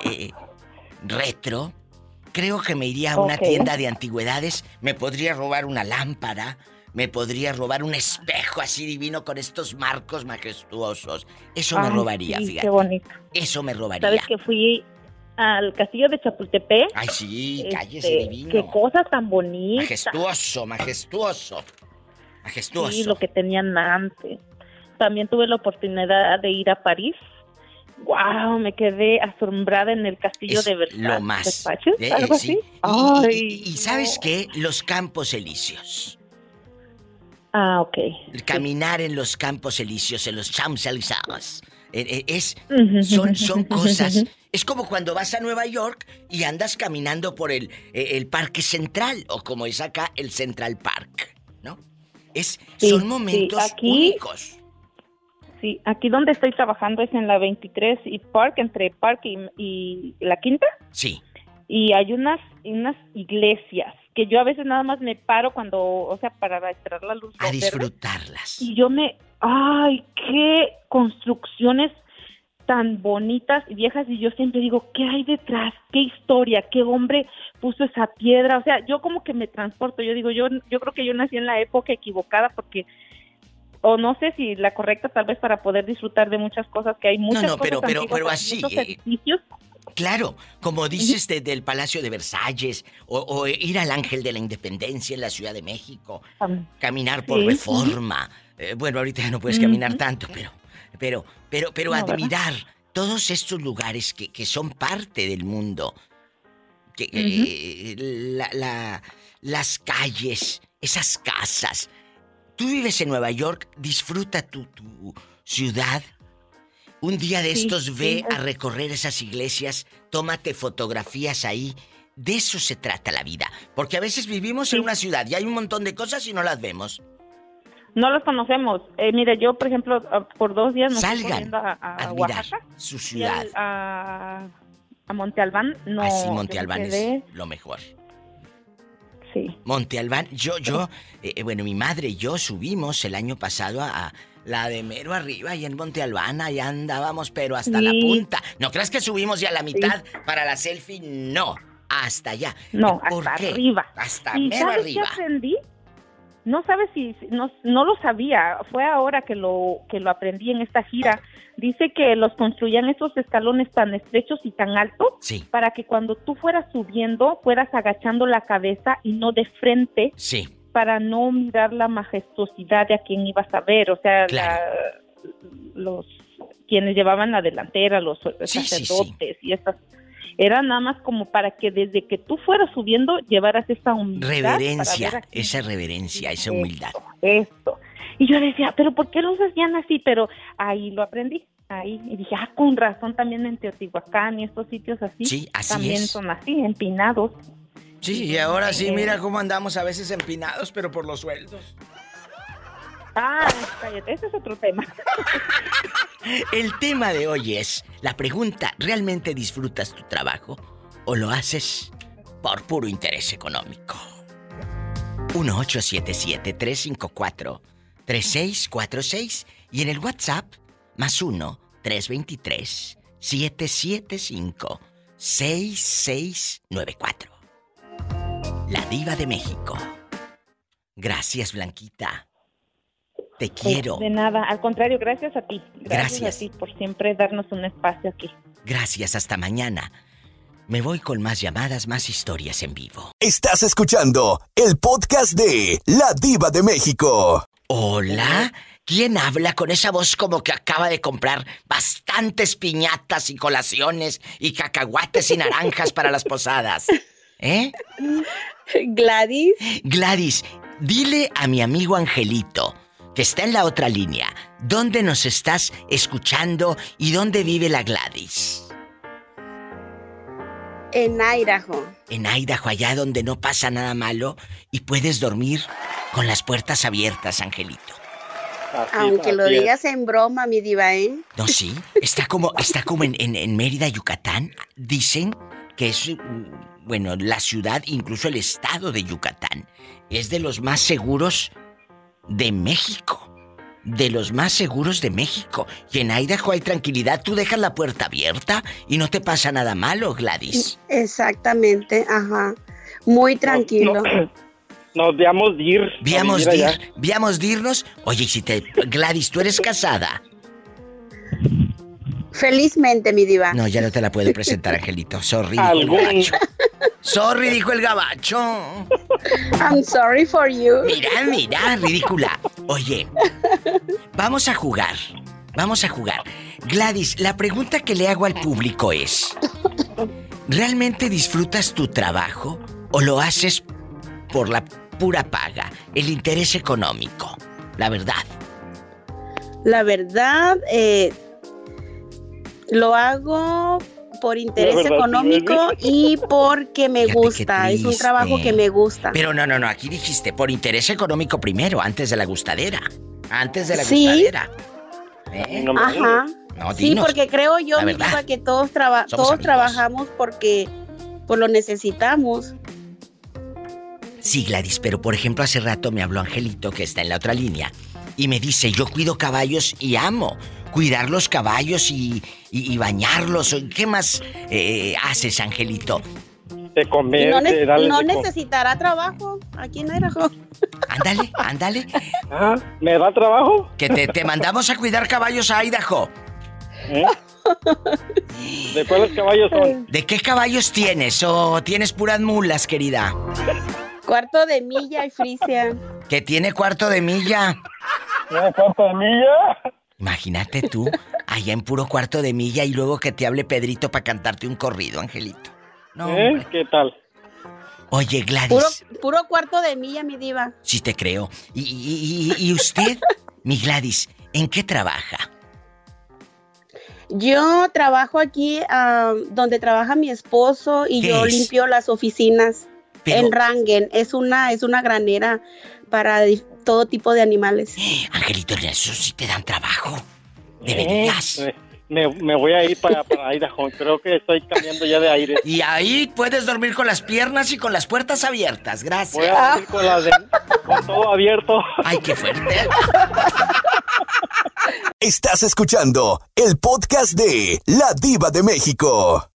retro. Creo que me iría a una tienda de antigüedades. Me podría robar una lámpara. Me podría robar un espejo así divino con estos marcos majestuosos. Eso me robaría, sí, fíjate. Qué bonito. Eso me robaría. ¿Sabes que fui al castillo de Chapultepec? Ay, sí, cállese divino. Qué cosa tan bonita. Majestuoso, majestuoso. Majestuoso. Sí, lo que tenían antes. También tuve la oportunidad de ir a París. ¡Wow! Me quedé asombrada en el castillo de Versalles. Lo más. ¿Algo sí. así? Y ¿sabes qué? Los Campos Elíseos. Ah, ok. Caminar en los Campos Elíseos, en los Champs-Élysées. Son cosas. Es como cuando vas a Nueva York y andas caminando por el Parque Central, o como es acá, el Central Park, ¿no? Son momentos únicos. Sí, aquí donde estoy trabajando es en la 23 y Park, entre Park y la Quinta. Sí. Y hay unas iglesias que yo a veces nada más me paro para esperar la luz. A disfrutarlas. Y ¡ay, qué construcciones tan bonitas y viejas! Y yo siempre digo, ¿qué hay detrás? ¿Qué historia? ¿Qué hombre puso esa piedra? O sea, yo como que me transporto. Yo digo, yo creo que yo nací en la época equivocada porque... O no sé si la correcta, tal vez para poder disfrutar de muchas cosas, que hay muchas cosas antiguas, pero así. muchos edificios. Claro, como dices del Palacio de Versalles, o ir al Ángel de la Independencia en la Ciudad de México, caminar por Reforma. Bueno, ahorita ya no puedes caminar tanto, pero no, admirar todos estos lugares que son parte del mundo. Las calles, esas casas. Tú vives en Nueva York, disfruta tu ciudad. Un día de estos ve a recorrer esas iglesias, tómate fotografías ahí. De eso se trata la vida. Porque a veces vivimos en una ciudad y hay un montón de cosas y no las vemos. No las conocemos. Mire, yo, por ejemplo, por 2 días nos Salgan estoy yendo a admirar Oaxaca, su ciudad. A Monte Albán. No, sí, Monte Albán es lo mejor. Sí. Monte Albán, mi madre y yo subimos el año pasado a la de mero arriba, y en Monte Albán, allá andábamos, pero hasta la punta. ¿No creas que subimos ya a la mitad para la selfie? No, hasta allá. No, ¿Por hasta qué? arriba. Hasta ¿Y mero sabes arriba. qué aprendí? No sabes si no lo sabía. Fue ahora que lo aprendí en esta gira. Dice que los construían esos escalones tan estrechos y tan altos para que cuando tú fueras subiendo fueras agachando la cabeza y no de frente, para no mirar la majestuosidad de a quien ibas a ver. O sea, los quienes llevaban la delantera, los sacerdotes y estas, era nada más como para que desde que tú fueras subiendo llevaras esa humildad. Reverencia, esa reverencia, esa humildad. Eso. Y yo decía, ¿pero por qué los hacían así? Pero ahí lo aprendí, ahí. Y dije, con razón, también en Teotihuacán y estos sitios así. Sí, así también es. son así, empinados. Sí, y ahora sí, mira cómo andamos a veces empinados, pero por los sueldos. Cállate, ese es otro tema. El tema de hoy es la pregunta, ¿realmente disfrutas tu trabajo o lo haces por puro interés económico? 1877-354-3646 y en el WhatsApp +1 323-775 6694. La Diva de México. Gracias, Blanquita. Te quiero. De nada, al contrario, gracias a ti. Gracias a ti por siempre darnos un espacio aquí. Gracias, hasta mañana. Me voy con más llamadas, más historias en vivo. Estás escuchando el podcast de La Diva de México. Hola, ¿quién habla con esa voz como que acaba de comprar bastantes piñatas y colaciones y cacahuates y naranjas para las posadas? ¿Eh? Gladys. Gladys, dile a mi amigo Angelito, que está en la otra línea, ¿dónde nos estás escuchando y dónde vive la Gladys? En Idaho. En Idaho, allá donde no pasa nada malo y puedes dormir con las puertas abiertas, Angelito. Aunque lo digas en broma, mi diva, ¿eh? No, sí, está como en Mérida, Yucatán. Dicen que es, bueno, la ciudad, incluso el estado de Yucatán, es de los más seguros de México. De los más seguros de México. Y en Idaho hay tranquilidad. Tú dejas la puerta abierta y no te pasa nada malo, Gladys. Exactamente, ajá. Muy tranquilo. Nos veamos dir. Viamos dirnos. Oye, y si te... Gladys, ¿tú eres casada? Felizmente, mi diva. No, ya no te la puedo presentar, Angelito. Sorry, dijo el gabacho. Sorry, dijo el gabacho. I'm sorry for you. Mira, ridícula. Oye, vamos a jugar. Gladys, la pregunta que le hago al público es... ¿realmente disfrutas tu trabajo o lo haces por la pura paga, el interés económico? La verdad. La verdad, lo hago por interés económico y porque me gusta. Es un trabajo que me gusta. Pero no, aquí dijiste por interés económico primero, antes de la gustadera. Gustadera. Ajá. No, sí, porque creo yo, mi diva, que todos trabajamos porque lo necesitamos. Sí, Gladys, pero por ejemplo hace rato me habló Angelito, que está en la otra línea, y me dice, yo cuido caballos y amo cuidar los caballos y bañarlos. ¿Qué más haces, Angelito? De comer, no necesitará trabajo aquí en Idaho. Ándale. Ah, ¿me da trabajo? Que te mandamos a cuidar caballos a Idaho. ¿De cuáles caballos son? ¿De qué caballos tienes? ¿O tienes puras mulas, querida? Cuarto de milla y Frisia. ¿Que tiene cuarto de milla? ¿Tiene cuarto de milla? Imagínate tú, allá en puro cuarto de milla y luego que te hable Pedrito para cantarte un corrido, Angelito. No, ¿qué tal? Oye, Gladys. Puro cuarto de milla, mi diva. Sí te creo. ¿Y usted, mi Gladys, en qué trabaja? Yo trabajo aquí donde trabaja mi esposo y yo limpio las oficinas. En Rangen. Es una granera para todo tipo de animales. Angelito, eso sí te dan trabajo. Deberías. Me voy a ir para Idaho. Creo que estoy cambiando ya de aire. Y ahí puedes dormir con las piernas y con las puertas abiertas. Gracias. Voy a dormir con todo abierto. Ay, qué fuerte. Estás escuchando el podcast de La Diva de México.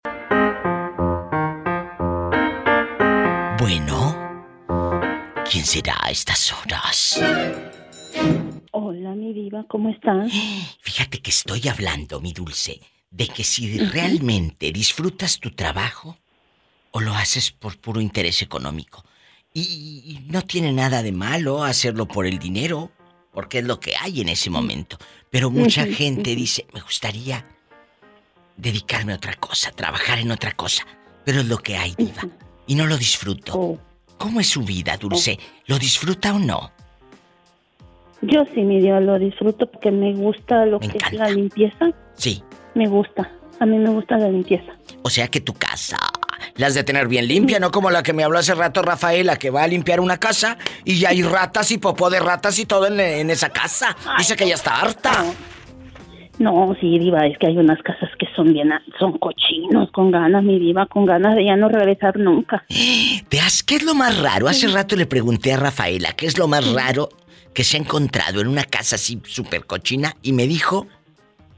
Bueno, ¿quién será a estas horas? Hola, mi diva, ¿cómo estás? Fíjate que estoy hablando, mi dulce, de que si realmente disfrutas tu trabajo o lo haces por puro interés económico. Y no tiene nada de malo hacerlo por el dinero, porque es lo que hay en ese momento. Pero mucha gente dice, me gustaría dedicarme a otra cosa, trabajar en otra cosa. Pero es lo que hay, diva. Y no lo disfruto. ¿Cómo es su vida, dulce? ¿Lo disfruta o no? Yo sí, mi diva, lo disfruto porque me gusta lo que es la limpieza. Sí. Me gusta. A mí me gusta la limpieza. O sea que tu casa la has de tener bien limpia, no como la que me habló hace rato Rafaela, que va a limpiar una casa y ya hay ratas y popó de ratas y todo en esa casa. Dice que ya está harta. No, sí, diva, es que hay unas casas que son cochinos, con ganas, mi diva, con ganas de ya no regresar nunca. Veas, ¿qué es lo más raro? Hace rato le pregunté a Rafaela, ¿qué es lo más raro que se ha encontrado en una casa así súper cochina? Y me dijo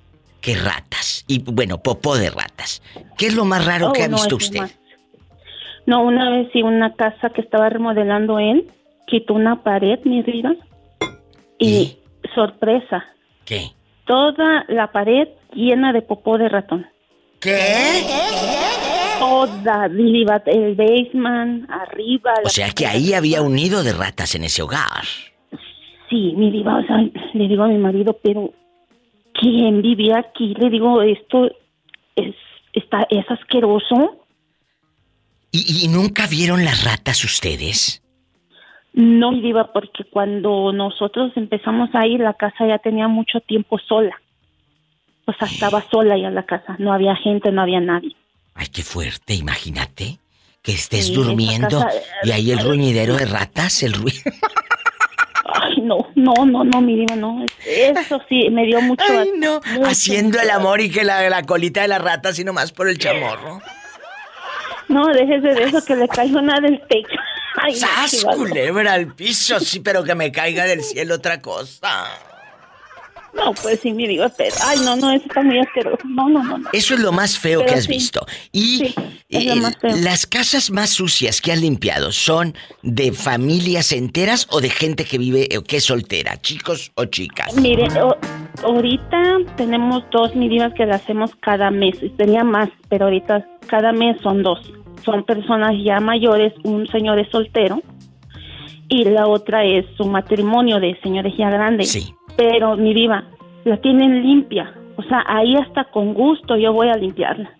que ratas. Y bueno, popó de ratas. ¿Qué es lo más raro que ha visto usted? No, una vez sí, una casa que estaba remodelando él, quitó una pared, mi vida, y sorpresa. ¿Qué? Toda la pared llena de popó de ratón. ¿Qué? Toda, Diva, el basement, arriba. O sea que ahí había un nido de ratas en ese hogar. Sí, mi Diva, o sea, le digo a mi marido, pero ¿quién vivía aquí? Le digo, esto es asqueroso. ¿Y nunca vieron las ratas ustedes? No, Diva, porque cuando nosotros empezamos a ir, la casa ya tenía mucho tiempo sola. O sea, estaba sola ya la casa. No había gente, no había nadie. Ay, qué fuerte, imagínate. Que estés durmiendo casa, y ahí el ruñidero de ratas, el ruido. Ay, no, mi Diva, no. Eso sí, me dio mucho... Ay, no. Mucho, haciendo el amor y que la colita de la rata así nomás por el chamorro. No, déjese de eso, que le caiga una del techo. Ay, ¡sas, culebra al piso! Sí, pero que me caiga del cielo otra cosa. No, pues sí, mi Diva, pero... Ay, no, eso está muy asqueroso. No. Eso es lo más feo pero que has visto. Y las casas más sucias que has limpiado, ¿son de familias enteras o de gente que vive, que es soltera, chicos o chicas? Mire, ahorita tenemos 2, mi Diva, que las hacemos cada mes. Tenía más, pero ahorita cada mes son 2. Son personas ya mayores, un señor es soltero y la otra es un matrimonio de señores ya grandes. Sí. Pero, mi Diva, la tienen limpia. O sea, ahí hasta con gusto yo voy a limpiarla.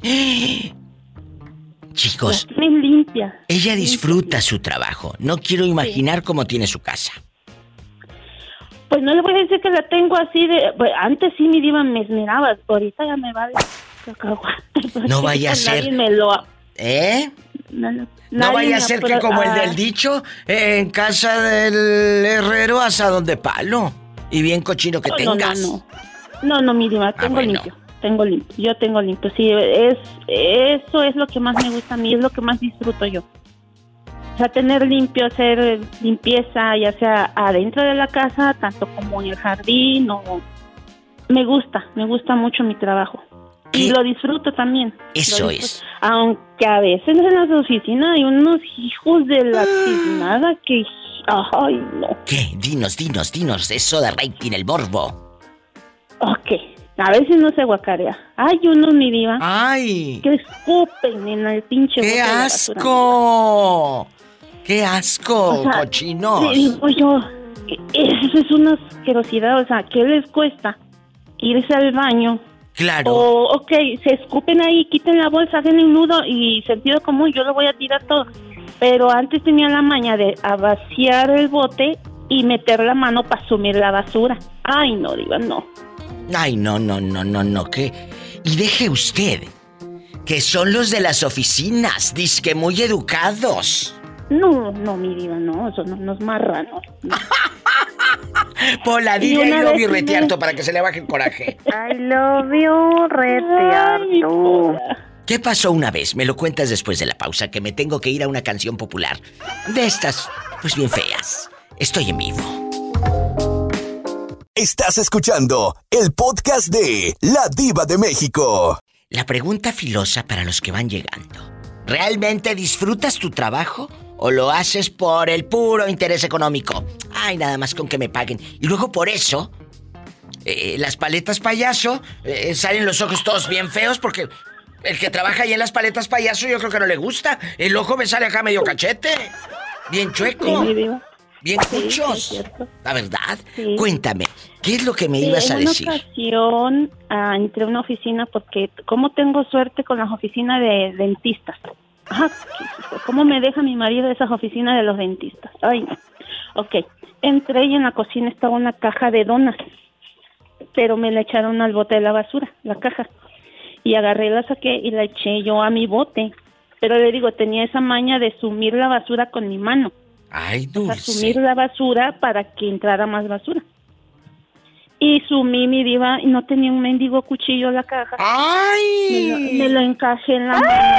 Chicos, la tienen limpia. Ella disfruta su trabajo. No quiero imaginar cómo tiene su casa. Pues no le voy a decir que la tengo así de... Pues, antes sí, mi Diva, me esmeraba. Ahorita ya me vale cacahuate. No vaya a ser... No vaya a ser que como el del dicho, en casa del herrero asado de palo. Y bien cochino que tengas. No, mi Diva, tengo limpio. Yo tengo limpio. Sí, eso es lo que más me gusta a mí, es lo que más disfruto yo. O sea, tener limpio, hacer limpieza, ya sea adentro de la casa, tanto como en el jardín, me gusta mucho mi trabajo. ¿Qué? Y lo disfruto también. Eso es. Aunque a veces en las oficinas hay unos hijos de la tiznada que... Ay, no. ¿Qué? Dinos, eso de rating, el morbo. Ok, a veces no se guacarea. Hay unos, mi Diva. ¡Ay! Que escupen en el pinche... ¡Qué asco! ¡Qué asco, o sea, cochinos! Digo yo, eso es una asquerosidad. O sea, ¿qué les cuesta irse al baño? Claro. Ok, se escupen ahí, quiten la bolsa, hagan el nudo y sentido común, yo lo voy a tirar todo. Pero antes tenía la maña de vaciar el bote y meter la mano para sumir la basura. Ay, no, Diva, no. Ay, no, ¿qué? Y deje usted, que son los de las oficinas, dizque muy educados. No, mi Diva, no, son unos marranos. No. Pola, dile I love you, Retiarto, para que se le baje el coraje. I love you, Retiarto. ¿Qué pasó una vez? Me lo cuentas después de la pausa, que me tengo que ir a una canción popular. De estas, pues bien feas. Estoy en vivo. Estás escuchando el podcast de La Diva de México. La pregunta filosa para los que van llegando. ¿Realmente disfrutas tu trabajo o lo haces por el puro interés económico? Ay, nada más con que me paguen. Y luego por eso, las paletas payaso, salen los ojos todos bien feos porque... El que trabaja ahí en las paletas payaso yo creo que no le gusta. El ojo me sale acá medio cachete. Bien chueco. Sí, bien cuchos. Sí, la verdad. Sí. Cuéntame, ¿qué es lo que me ibas a decir? En una ocasión entré a una oficina porque como tengo suerte con las oficinas de dentistas. Ajá, ¿cómo me deja mi marido esas oficinas de los dentistas? Ay, no. Ok, entré y en la cocina estaba una caja de donas. Pero me la echaron al bote de la basura, la caja. Y agarré, la saqué y la eché yo a mi bote. Pero le digo, tenía esa maña de sumir la basura con mi mano. Ay, dulce. O sea, sumir la basura para que entrara más basura. Y sumí, mi Diva, y no tenía un mendigo cuchillo en la caja. ¡Ay! Me lo encajé en la mano.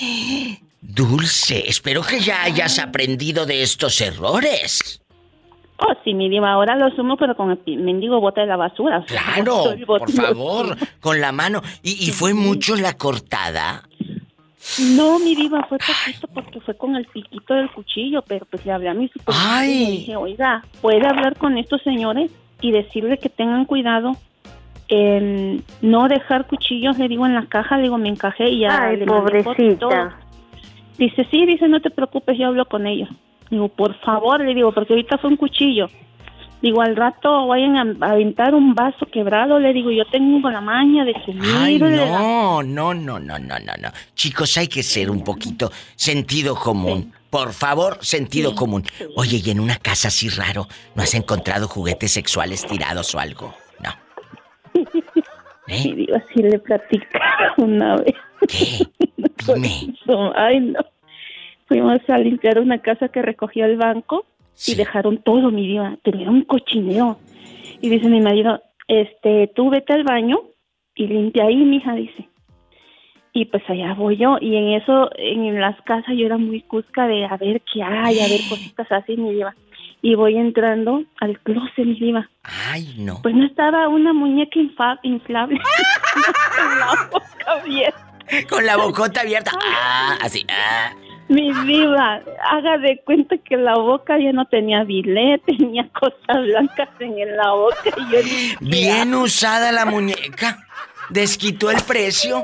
Dulce, espero que ya hayas aprendido de estos errores. Oh, sí, mi diva, ahora lo sumo, pero con el mendigo bote de la basura. Claro, por favor, con la mano. ¿Y fue mucho la cortada? No, mi diva, fue poquito porque fue con el piquito del cuchillo, pero pues le hablé a mi supervisor y le dije, oiga, ¿puede hablar con estos señores y decirle que tengan cuidado en no dejar cuchillos? Le digo, en la caja, le digo, me encajé y ya. Ay, le mandé foto y todo. pobrecita. Dice, sí, dice, no te preocupes, yo hablo con ellos. Digo, por favor, le digo, porque ahorita fue un cuchillo. Digo, al rato vayan a aventar un vaso quebrado, le digo, yo tengo la maña de subir. Ay, no. Chicos, hay que ser un poquito sentido común. Sí. Por favor, sentido común. Oye, y en una casa así raro, ¿no has encontrado juguetes sexuales tirados o algo? No. Sí, digo, así le platicaba una vez. ¿Qué? Dime. Ay, no. Fuimos a limpiar una casa que recogía el banco. Sí. Y dejaron todo, mi diva, pero era un cochineo. Y dice mi marido, tú vete al baño y limpia ahí, mija, dice. Y pues allá voy yo, y en eso, en las casas yo era muy cusca de a ver qué hay, a ver cositas así, mi diva. Y voy entrando al closet, mi diva. Ay, no. Pues no estaba una muñeca inflable con la boca abierta. Con la bocota abierta. Así. Mi diva, haga de cuenta que la boca ya no tenía bilé, tenía cosas blancas en la boca y yo dije, bien usada la muñeca. ¿Desquitó el precio?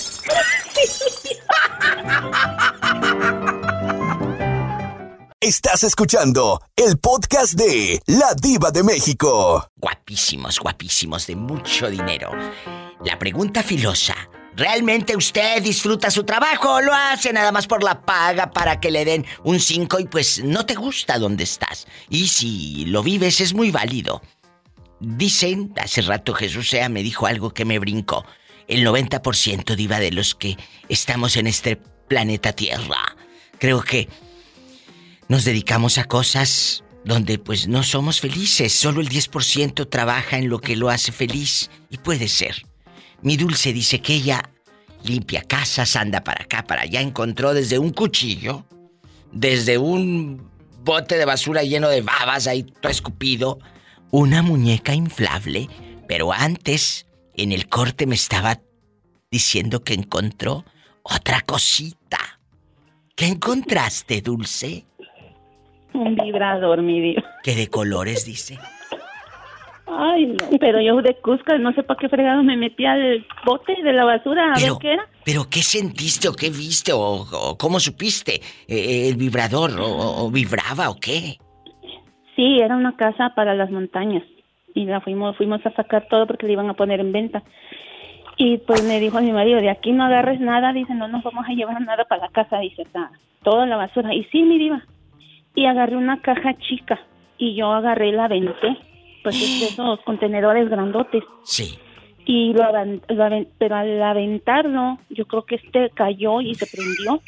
Estás escuchando el podcast de La Diva de México. Guapísimos, de mucho dinero. La pregunta filosa. ¿Realmente usted disfruta su trabajo o lo hace nada más por la paga para que le den un 5 y pues no te gusta donde estás? Y si lo vives es muy válido. Dicen, hace rato Jesús Sea me dijo algo que me brincó. El 90% diva de los que estamos en este planeta Tierra, creo que nos dedicamos a cosas donde pues no somos felices. Solo el 10% trabaja en lo que lo hace feliz y puede ser. Mi Dulce dice que ella limpia casas, anda para acá, para allá, encontró desde un cuchillo, desde un bote de basura lleno de babas ahí todo escupido, una muñeca inflable, pero antes, en el corte me estaba diciendo que encontró otra cosita. ¿Qué encontraste, Dulce? Un vibrador, mi Dios. ¿Qué de colores, dice? Ay, no, pero yo de Cusca no sé para qué fregado me metí al bote de la basura a ver qué era. ¿Pero qué sentiste o qué viste o cómo supiste? ¿El vibrador o vibraba o qué? Sí, era una casa para las montañas y la fuimos a sacar todo porque la iban a poner en venta. Y pues me dijo a mi marido, de aquí no agarres nada, dice, no nos vamos a llevar nada para la casa, dice, está toda la basura. Y sí, mi diva. Y agarré una caja chica y yo agarré y la aventé. Pues es de esos contenedores grandotes. Sí. Y pero al aventarlo, yo creo que cayó y se prendió.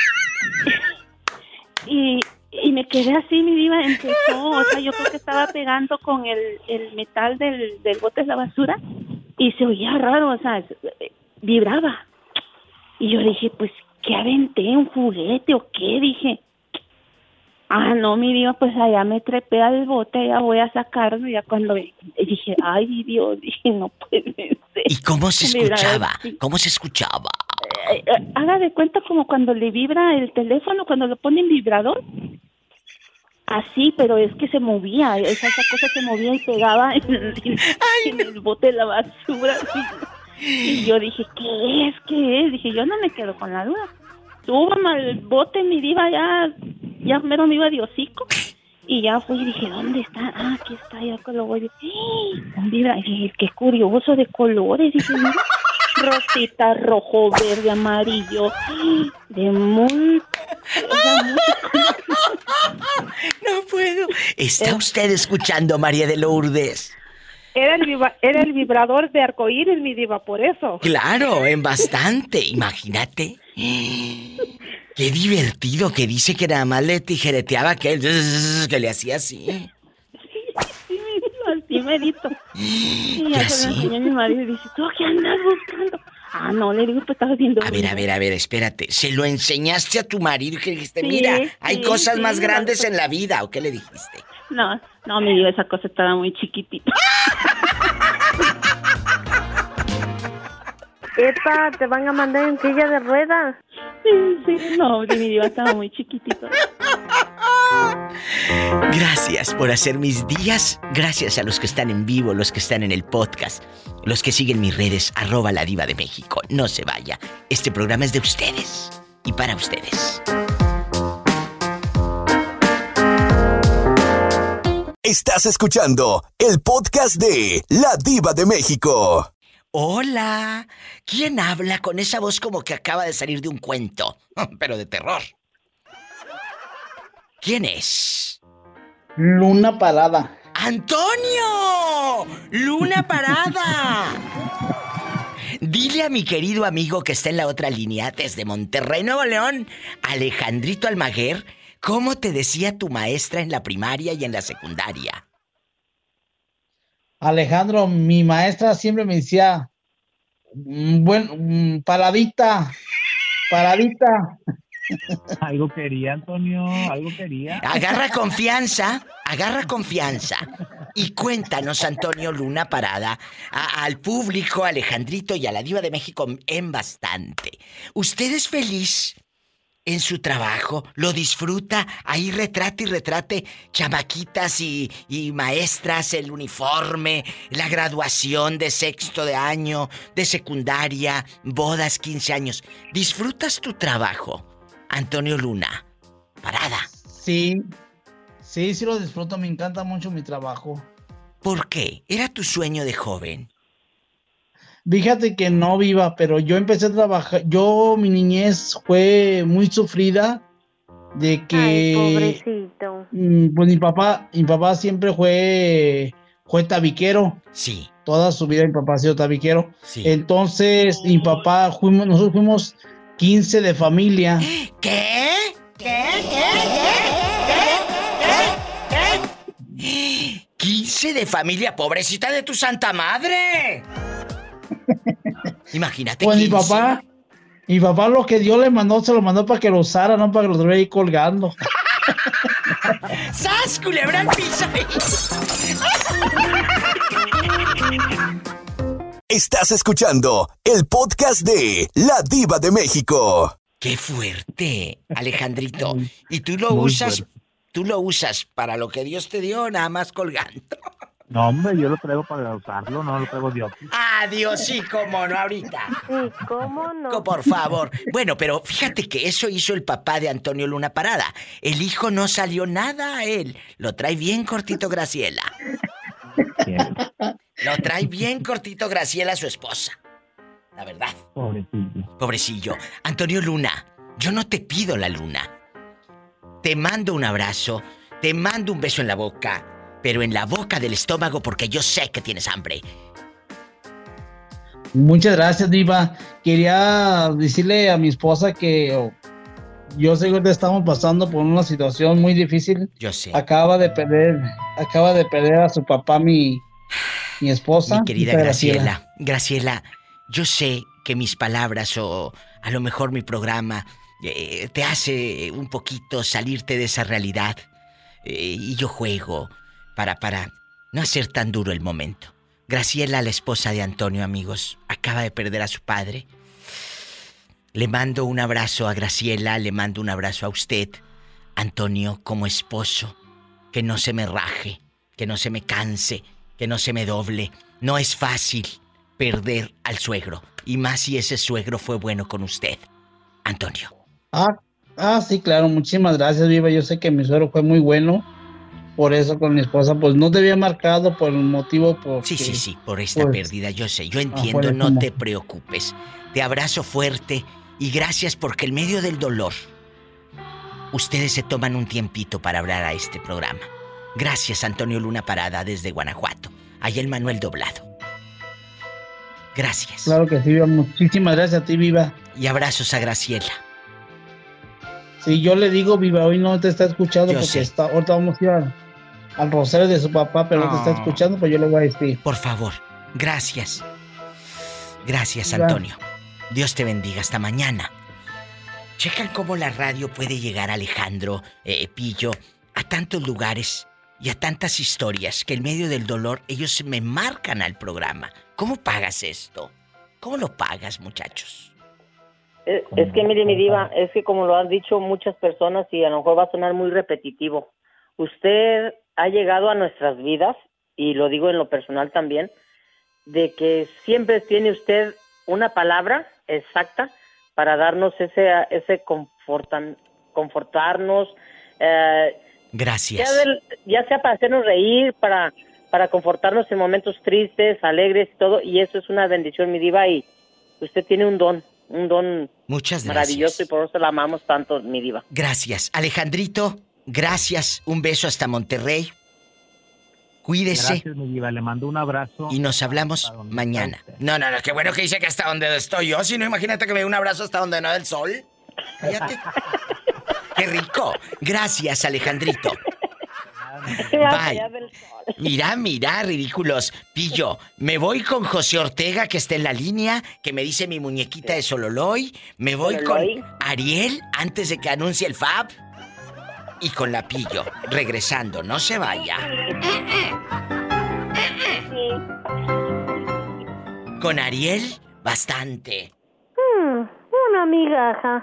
y me quedé así, mi diva, empezó, o sea, yo creo que estaba pegando con el metal del bote de la basura y se oía raro, o sea, vibraba. Y yo dije, pues, ¿qué aventé? ¿Un juguete o qué? Dije. Ah, no, mi Dios, pues allá me trepé al bote, ya voy a sacarlo, ya cuando dije, ay, Dios, dije, no puede ser. ¿Y cómo se escuchaba? ¿Cómo se escuchaba? Haga de cuenta como cuando le vibra el teléfono, cuando lo pone en vibrador. Así, pero es que se movía, esa cosa se movía y pegaba en el bote de la basura. Y yo dije, ¿qué es? Dije, yo no me quedo con la duda. Súbame al bote, mi diva, ya mero me iba de hocico. Y ya fui y dije, ¿dónde está? Ah, aquí está, ya lo voy. Vibra. Dije, qué curioso de colores. Dije, mira, rosita, rojo, verde, amarillo. De muy... No puedo. ¿Está usted escuchando, María de Lourdes? Era el vibrador de arcoíris, mi diva, por eso. Claro, en bastante. Imagínate. Qué divertido, que dice que nada más le tijereteaba que le hacía así. Sí, así merito. Y ya se lo enseñé a mi marido y dice, ¿tú qué andas buscando? Ah, no, le digo, pues estaba viendo... A ver, espérate. ¿Se lo enseñaste a tu marido y que dijiste, mira, hay cosas más grandes en la vida? ¿O qué le dijiste? No, mi diva, esa cosa estaba muy chiquitita. Epa, te van a mandar en silla de ruedas. Sí, no, mi diva estaba muy chiquitito. Gracias por hacer mis días. Gracias a los que están en vivo, los que están en el podcast, los que siguen mis redes, @LaDivaDeMéxico. No se vaya. Este programa es de ustedes y para ustedes. Estás escuchando el podcast de La Diva de México. Hola. ¿Quién habla con esa voz como que acaba de salir de un cuento? Pero de terror. ¿Quién es? Luna Parada. ¡Antonio! ¡Luna Parada! Dile a mi querido amigo que está en la otra línea, desde Monterrey, Nuevo León, Alejandrito Almaguer, ¿cómo te decía tu maestra en la primaria y en la secundaria? Alejandro, mi maestra siempre me decía, paradita. Algo quería, Antonio, algo quería. Agarra confianza. Y cuéntanos, Antonio Luna Parada, al público, a Alejandrito y a la Diva de México en bastante. ¿Usted es feliz en su trabajo? ¿Lo disfruta? Ahí retrate chamaquitas y maestras, el uniforme, la graduación de sexto de año, de secundaria, bodas, 15 años. ¿Disfrutas tu trabajo, Antonio Luna Parada? Sí lo disfruto, me encanta mucho mi trabajo. ¿Por qué? ¿Era tu sueño de joven? Fíjate que no, Viva, pero yo empecé a trabajar, mi niñez fue muy sufrida de que... Ay, pobrecito. Pues mi papá siempre fue tabiquero. Sí. Toda su vida mi papá ha sido tabiquero. Sí. Entonces, nosotros fuimos 15 de familia. ¿Qué? 15 de familia, pobrecita de tu santa madre. Imagínate. Pues 15. mi papá lo que Dios le mandó, se lo mandó para que lo usara, no para que lo tuviera ahí colgando. ¡Sas, culebra al piso! Estás escuchando el podcast de La Diva de México. ¡Qué fuerte, Alejandrito! ¿Y tú lo usas para lo que Dios te dio, nada más colgando? No, hombre, yo lo traigo para usarlo, no lo traigo Dios. Ah, Dios, sí, cómo no, ahorita. Sí, cómo no. Por favor. Bueno, pero fíjate que eso hizo el papá de Antonio Luna Parada. El hijo no salió nada a él. Lo trae bien cortito Graciela. Lo trae bien cortito Graciela, su esposa. La verdad. Pobrecillo. Antonio Luna, yo no te pido la luna. Te mando un abrazo, te mando un beso en la boca, pero en la boca del estómago porque yo sé que tienes hambre. Muchas gracias, Diva. Quería decirle a mi esposa que yo sé que estamos pasando por una situación muy difícil. Yo sé. Acaba de perder a su papá, mi esposa. Mi querida Graciela. Graciela, yo sé que mis palabras o a lo mejor mi programa te hace un poquito salirte de esa realidad. Y yo juego para no hacer tan duro el momento. Graciela, la esposa de Antonio, amigos, acaba de perder a su padre. Le mando un abrazo a Graciela, le mando un abrazo a usted, Antonio, como esposo. Que no se me raje, que no se me canse, que no se me doble. No es fácil perder al suegro, y más si ese suegro fue bueno con usted, Antonio. Sí, claro, muchísimas gracias, Viva. Yo sé que mi suegro fue muy bueno. Por eso con mi esposa, pues no te había marcado por el motivo Sí, por esta pérdida, yo sé, yo entiendo, no te preocupes. Te abrazo fuerte y gracias porque en medio del dolor, ustedes se toman un tiempito para hablar a este programa. Gracias, Antonio Luna Parada, desde Guanajuato. Allá el Manuel Doblado. Gracias. Claro que sí, Viva. Muchísimas gracias a ti, Viva. Y abrazos a Graciela. Sí, yo le digo, Viva, hoy no te está escuchando yo porque ahorita vamos a ir al rosario de su papá, pero no te está escuchando, pues yo le voy a decir. Por favor, gracias. Gracias, Antonio. Dios te bendiga. Hasta mañana. Checan cómo la radio puede llegar, Alejandro, Pillo, a tantos lugares y a tantas historias que en medio del dolor ellos me marcan al programa. ¿Cómo pagas esto? ¿Cómo lo pagas, muchachos? Es que mire, mi diva, es que como lo han dicho muchas personas y a lo mejor va a sonar muy repetitivo, usted ha llegado a nuestras vidas, y lo digo en lo personal también, de que siempre tiene usted una palabra exacta para darnos ese confortarnos. Gracias. Ya sea para hacernos reír, para confortarnos en momentos tristes, alegres y todo, y eso es una bendición, mi diva, y usted tiene un don Muchas gracias. Maravilloso, y por eso la amamos tanto, mi diva. Gracias. Alejandrito, gracias. Un beso hasta Monterrey. Cuídese. Gracias, mi diva. Le mando un abrazo. Y nos hablamos mañana. No, qué bueno que dice que hasta donde estoy yo. Si no, imagínate que me dé un abrazo hasta donde no da el sol. Cállate. Qué rico. Gracias, Alejandrito. Bye. Mira, ridículos. Pillo, me voy con José Ortega, que está en la línea, que me dice mi muñequita de Sololoy. Me voy con Ariel, antes de que anuncie el Fab. Y con la Pillo, regresando. No se vaya. Con Ariel, bastante. Una migaja.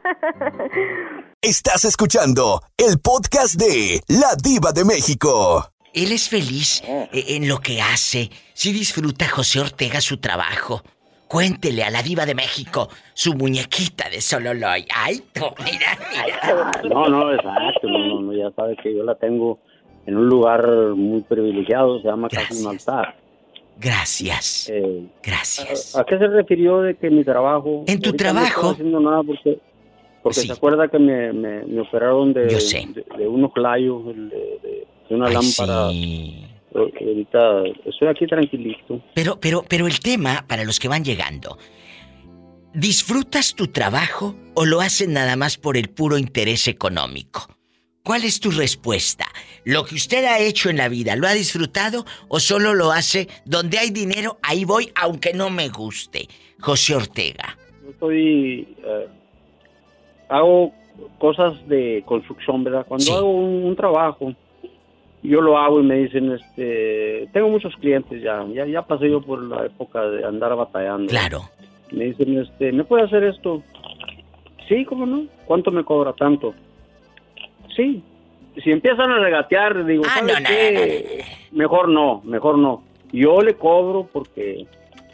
Estás escuchando el podcast de La Diva de México. Él es feliz en lo que hace. Sí disfruta José Ortega su trabajo. Cuéntele a la Diva de México su muñequita de Sololoy. Ay, tú, mira. No, exacto. No, ya sabes que yo la tengo en un lugar muy privilegiado. Se llama casi un altar. Gracias. Gracias. ¿A qué se refirió de que mi trabajo? En tu trabajo. No estoy haciendo nada porque sí. Se acuerda que me operaron de un oclayo, de una lámpara. Sí. Ahorita estoy aquí tranquilito. Pero el tema, para los que van llegando, ¿disfrutas tu trabajo o lo haces nada más por el puro interés económico? ¿Cuál es tu respuesta? ¿Lo que usted ha hecho en la vida, lo ha disfrutado o solo lo hace donde hay dinero, ahí voy, aunque no me guste? José Ortega. Yo hago cosas de construcción, ¿verdad? Cuando hago un trabajo, yo lo hago y me dicen, tengo muchos clientes ya pasé yo por la época de andar batallando. Claro. Me dicen, ¿me puede hacer esto? Sí, ¿cómo no? ¿Cuánto me cobra? Tanto. Sí. Si empiezan a regatear, digo, ¿sabes qué? Mejor no. Yo le cobro porque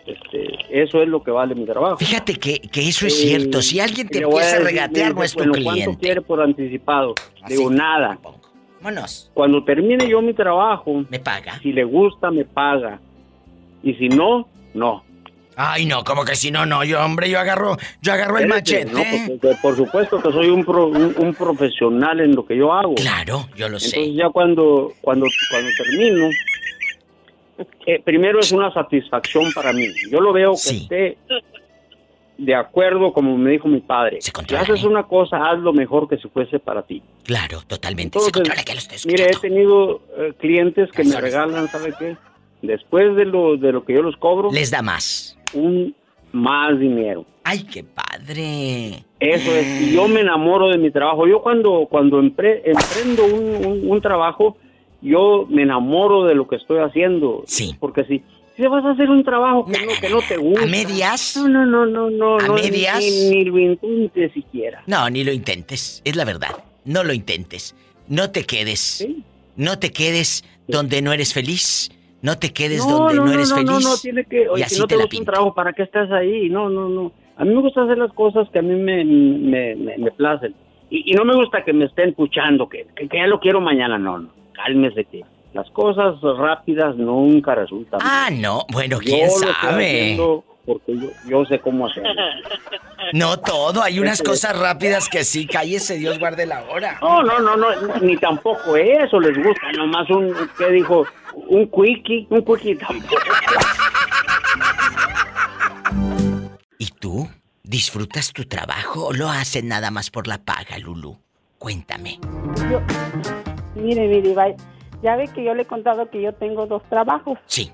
eso es lo que vale mi trabajo. Fíjate que eso es cierto. Si alguien te empieza a regatear, no es tu cliente. ¿Cuánto quiere por anticipado? Así, digo, nada. Vámonos. Cuando termine yo mi trabajo, me paga. Si le gusta, me paga. Y si no, no. Ay, no, como que si no, yo agarro el machete. No, porque por supuesto que soy un profesional en lo que yo hago. Claro, yo lo sé. Entonces ya cuando termino, primero es una satisfacción para mí. Yo lo veo que esté de acuerdo, como me dijo mi padre. Si haces una cosa, haz lo mejor que si fuese para ti. Claro, totalmente. Entonces, se controla, que lo estoy escuchando. Mire, he tenido clientes que me regalan, ¿sabe qué? Después de lo que yo los cobro, les da más. Más dinero. ¡Ay, qué padre! Eso es, y yo me enamoro de mi trabajo. Yo cuando emprendo un trabajo, yo me enamoro de lo que estoy haciendo. Sí. Porque si vas a hacer un trabajo que no te gusta. ¿A medias? No. ¿A medias? Ni lo intentes siquiera. No, ni lo intentes. Es la verdad. No lo intentes. No te quedes. ¿Sí? No te quedes donde no eres feliz. No te quedes donde no eres feliz. No, tiene que... Oye, si no te gusta un trabajo, ¿para qué estás ahí? No. A mí me gusta hacer las cosas que a mí me placen. Y no me gusta que me estén puchando, que ya lo quiero mañana. No. Cálmese, que las cosas rápidas nunca resultan. No. Bueno, quién sabe. Porque yo sé cómo hacerlo. No todo, hay unas cosas rápidas que sí, cállese, Dios guarde la hora. No, ni tampoco eso les gusta, nomás ¿qué dijo? Un quickie tampoco. ¿Y tú? ¿Disfrutas tu trabajo o lo haces nada más por la paga, Lulú? Cuéntame. Mire, mi diva, ya ve que yo le he contado que yo tengo 2 trabajos. Sí.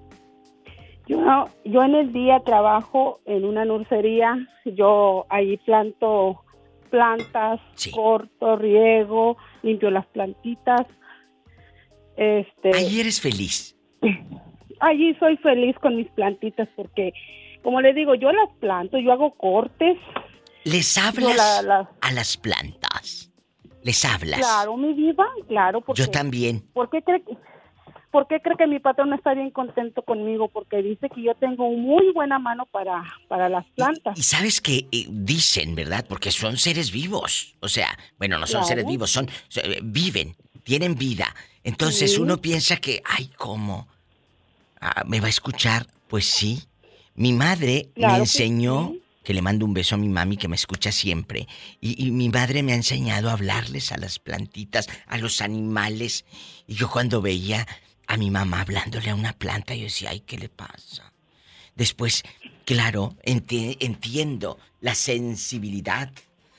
Yo en el día trabajo en una nursería, yo ahí planto plantas, corto, riego, limpio las plantitas. Ahí eres feliz. Allí soy feliz con mis plantitas porque, como le digo, yo las planto, yo hago cortes. ¿Les hablas a las plantas? ¿Les hablas? Claro, mi diva, claro. Porque, yo también. ¿Por qué cree que mi patrón está bien contento conmigo? Porque dice que yo tengo muy buena mano para las plantas. Y sabes que dicen, ¿verdad? Porque son seres vivos. O sea, bueno, no son seres vivos, viven, tienen vida. Entonces uno piensa que, ay, ¿cómo? ¿Me va a escuchar? Pues sí. Mi madre me enseñó, que le mando un beso a mi mami que me escucha siempre, y mi madre me ha enseñado a hablarles a las plantitas, a los animales. Y yo cuando veía a mi mamá hablándole a una planta, yo decía, ay, ¿qué le pasa? Después, claro, entiendo la sensibilidad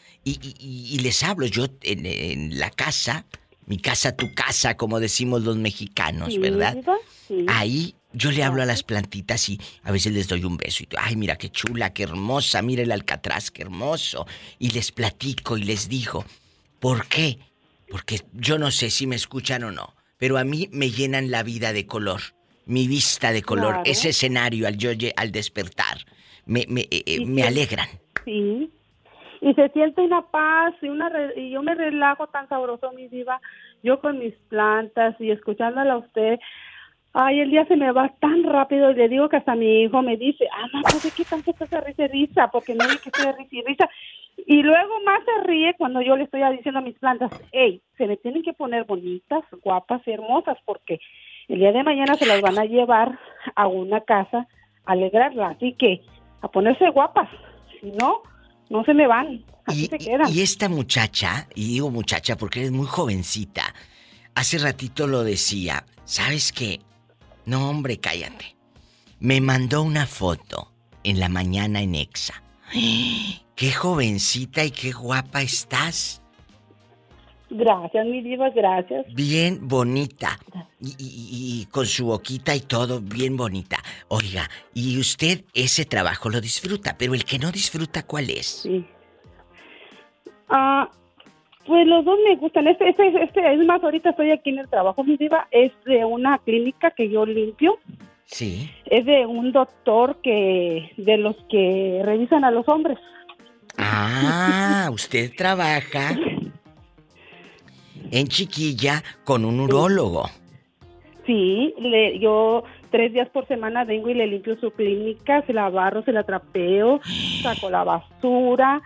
y les hablo. Yo en la casa, mi casa, tu casa, como decimos los mexicanos, ¿verdad? Sí. Ahí yo le hablo a las plantitas y a veces les doy un beso y ay, mira qué chula, qué hermosa, mira el alcatraz, qué hermoso. Y les platico y les digo, ¿por qué? Porque yo no sé si me escuchan o no, pero a mí me llenan la vida de color, mi vista de color, claro. Ese escenario al despertar, me alegran. Sí, y se siente una paz y yo me relajo tan sabroso, mi diva, yo con mis plantas y escuchándola a usted. Ay, el día se me va tan rápido y le digo que hasta mi hijo me dice, no, pues ¿de qué tanto estás de risa? Porque no es que estoy de risa y risa. Y luego más se ríe cuando yo le estoy diciendo a mis plantas, hey, se me tienen que poner bonitas, guapas y hermosas, porque el día de mañana se las van a llevar a una casa a alegrarla. Así que a ponerse guapas, si no, no se me van, así se quedan. Y esta muchacha, y digo muchacha porque eres muy jovencita, hace ratito lo decía, ¿sabes qué? No, hombre, cállate. Me mandó una foto en la mañana en Exa. ¡Qué jovencita y qué guapa estás! Gracias, mi diva, gracias. Bien bonita. Y con su boquita y todo, bien bonita. Oiga, y usted ese trabajo lo disfruta, pero el que no disfruta, ¿cuál es? Sí. Pues los dos me gustan. Este es más, ahorita estoy aquí en el trabajo, mi diva, es de una clínica que yo limpio. Sí. Es de un doctor de los que revisan a los hombres. Usted trabaja en Chiquilla con un urólogo. Sí, yo 3 días por semana vengo y le limpio su clínica, se la barro, se la trapeo, saco la basura.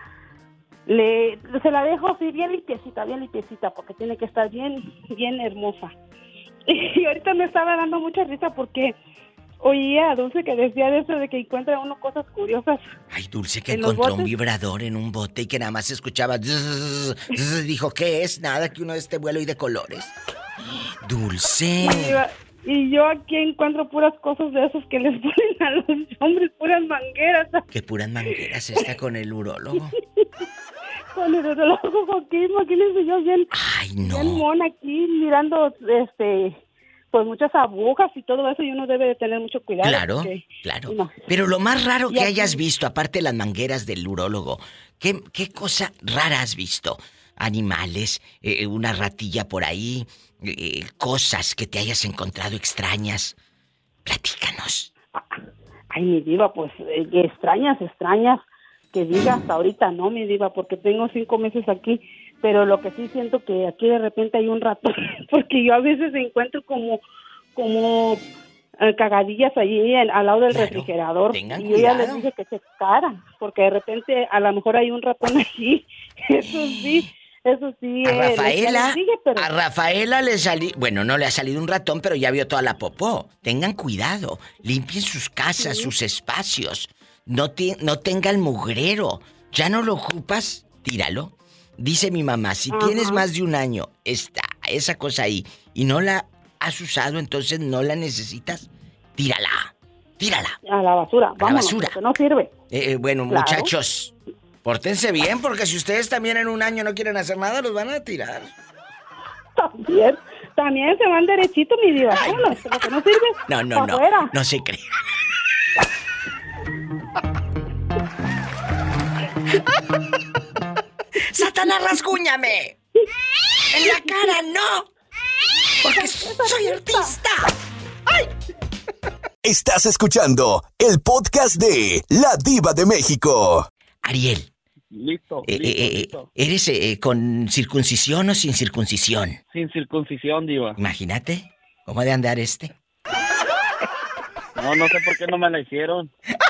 Se la dejo así bien limpiecita, porque tiene que estar bien hermosa. Y ahorita me estaba dando mucha risa porque oía a Dulce que decía de eso de que encuentra uno cosas curiosas. Ay, Dulce que encontró un vibrador en un bote y que nada más se escuchaba zzz, zzz, dijo, ¿qué es? Nada, que uno de este vuelo y de colores. Dulce. Y yo aquí encuentro puras cosas de esas que les ponen a los hombres, puras mangueras. ¿Qué puras mangueras está con el urólogo? Con el urólogo aquí, imagínense yo bien mona aquí mirando pues muchas agujas y todo eso, y uno debe de tener mucho cuidado. Claro, claro. No. Pero lo más raro que hayas visto, aparte de las mangueras del urólogo, ¿qué cosa rara has visto? Animales, una ratilla por ahí, cosas que te hayas encontrado extrañas. Platícanos. Ay, mi diva, pues extrañas, que diga hasta ahorita, no, mi diva, porque tengo 5 meses aquí, pero lo que sí siento que aquí de repente hay un ratón, porque yo a veces encuentro como cagadillas allí al lado del refrigerador. Tengan y yo ya les dije que se checaran, porque de repente a lo mejor hay un ratón allí. Eso sí. A Rafaela le salió, bueno, no le ha salido un ratón, pero ya vio toda la popó. Tengan cuidado, limpien sus casas, sus espacios. No tengan mugrero. Ya no lo ocupas, tíralo. Dice mi mamá, si tienes más de un año esa cosa ahí y no la has usado, entonces no la necesitas, tírala. A la basura, a la basura. Que no sirve. Bueno, claro. Muchachos, pórtense bien, porque si ustedes también en un año no quieren hacer nada, los van a tirar. También se van derechito, mi diva. Lo que no sirve. No se cree. ¡Satanás, rasguñame! ¡En la cara, no! porque soy artista. ¡Ay! Estás escuchando el podcast de La Diva de México. Ariel. Listo. ¿Eres con circuncisión o sin circuncisión? Sin circuncisión, Diva. Imagínate, ¿cómo ha de andar No sé por qué no me la hicieron.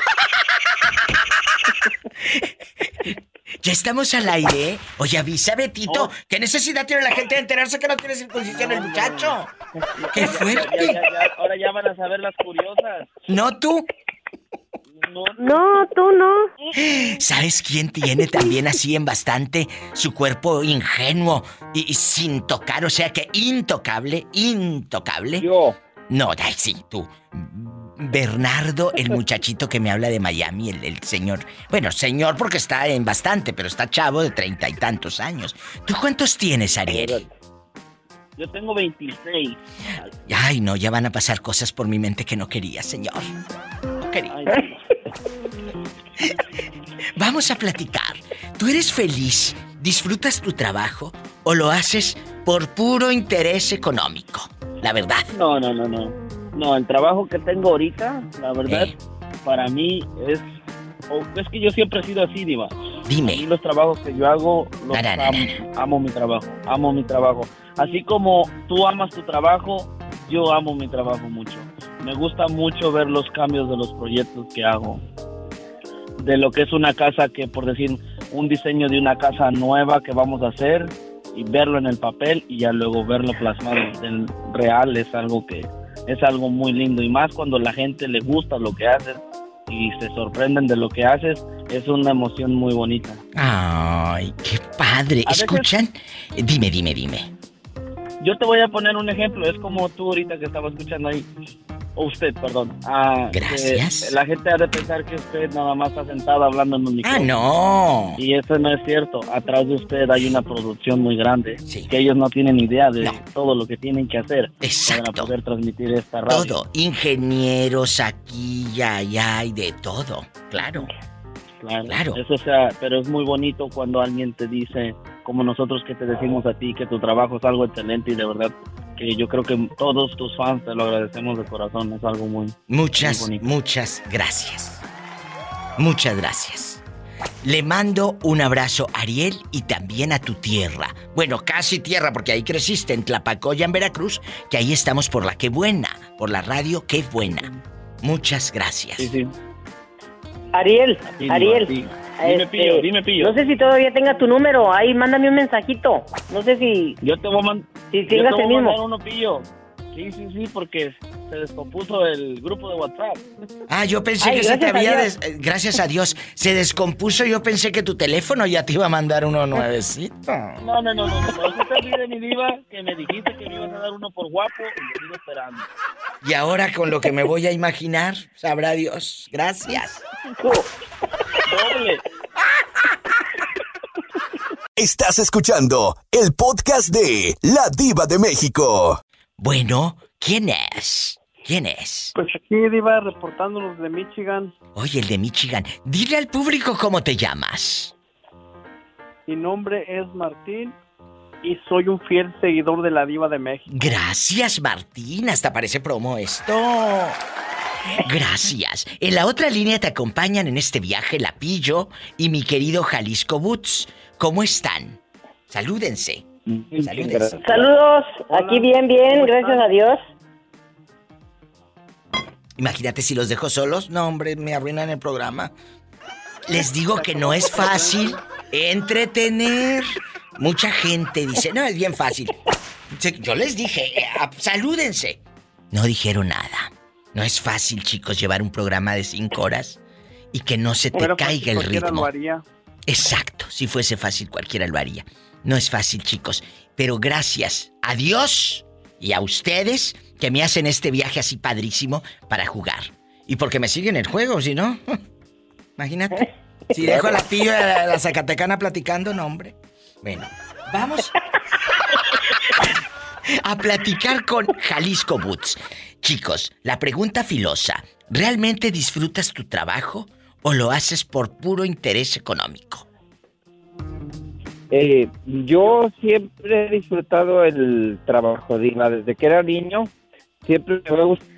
Ya estamos al aire. Oye, avisa, Betito. ¿Qué necesidad tiene la gente de enterarse que no tiene circuncisión el muchacho? ¡Qué fuerte! Ahora ya van a saber las curiosas. ¿No tú? No, tú no. ¿Sabes quién tiene también así en bastante su cuerpo ingenuo y sin tocar? O sea que intocable. Yo. No, ay, sí, tú. Bernardo, el muchachito que me habla de Miami, el señor. Bueno, señor porque está en bastante, pero está chavo de 30 y tantos años. ¿Tú cuántos tienes, Ariel? Yo tengo 26. Ay, no, ya van a pasar cosas por mi mente que no quería, señor. No quería. Vamos a platicar. ¿Tú eres feliz? ¿Disfrutas tu trabajo? ¿O lo haces por puro interés económico? La verdad. No, el trabajo que tengo ahorita, la verdad, para mí es que yo siempre he sido así, Diva. Dime. Y los trabajos que yo hago, amo mi trabajo. Así como tú amas tu trabajo, yo amo mi trabajo mucho. Me gusta mucho ver los cambios de los proyectos que hago. De lo que es una casa que, por decir, un diseño de una casa nueva que vamos a hacer y verlo en el papel y ya luego verlo plasmado en real es algo muy lindo. Y más cuando la gente le gusta lo que haces y se sorprenden de lo que haces, es una emoción muy bonita. Ay, qué padre. ¿Escuchan? Dime. Yo te voy a poner un ejemplo. Es como tú ahorita que estaba escuchando ahí. O usted, perdón. Gracias. La gente ha de pensar que usted nada más está sentado hablando en un micrófono. No. Y eso no es cierto. Atrás de usted hay una producción muy grande. Sí. Que ellos no tienen idea de todo lo que tienen que hacer. Exacto. Para poder transmitir esta radio. Todo. Ingenieros aquí y allá y de todo. Claro. Eso, pero es muy bonito cuando alguien te dice, como nosotros que te decimos a ti, que tu trabajo es algo excelente y de verdad que yo creo que todos tus fans te lo agradecemos de corazón. Es algo muy bonito. Muchas gracias. Muchas gracias. Le mando un abrazo a Ariel y también a tu tierra. Bueno, casi tierra porque ahí creciste, en Tlapacoya, en Veracruz, que ahí estamos por la Qué Buena, por la radio Qué Buena. Muchas gracias. Sí. Ariel. Dime, Pillo. No sé si todavía tenga tu número. Ahí, mándame un mensajito. No sé si... Yo te voy a mandar uno, Pillo. Sí, porque se descompuso el grupo de WhatsApp. Yo pensé que se te había... Gracias a Dios. Se descompuso, yo pensé que tu teléfono ya te iba a mandar uno nuevecito. No. No se te olvide, mi diva, que me dijiste que me ibas a dar uno por guapo y lo sigo esperando. Y ahora con lo que me voy a imaginar, sabrá Dios. Gracias. Doble. Estás escuchando el podcast de La Diva de México. Bueno, ¿quién es? Pues aquí, Diva, reportándonos de Michigan. Oye, el de Michigan. Dile al público cómo te llamas. Mi nombre es Martín y soy un fiel seguidor de La Diva de México. Gracias, Martín. Hasta parece promo esto. Gracias. En la otra línea te acompañan en este viaje la Pillo y mi querido Jalisco Boots. ¿Cómo están? Salúdense. Saludos. Aquí bien, gracias a Dios. Imagínate si los dejo solos. No, hombre, me arruinan el programa. Les digo que no es fácil entretener. Mucha gente dice, no, es bien fácil. Yo les dije, salúdense. No dijeron nada. No es fácil, chicos, llevar un programa de 5 horas y que no se te caiga el ritmo. Lo haría. Exacto, si fuese fácil cualquiera lo haría. No es fácil, chicos, pero gracias a Dios y a ustedes que me hacen este viaje así padrísimo para jugar. Y porque me siguen el juego, si no, imagínate. Si dejo a la Pillo y a la Zacatecana platicando, no, hombre. Bueno, vamos a platicar con Jalisco Boots. Chicos, la pregunta filosa, ¿realmente disfrutas tu trabajo o lo haces por puro interés económico? Yo siempre he disfrutado el trabajo, Diva. Desde que era niño, siempre me gusta.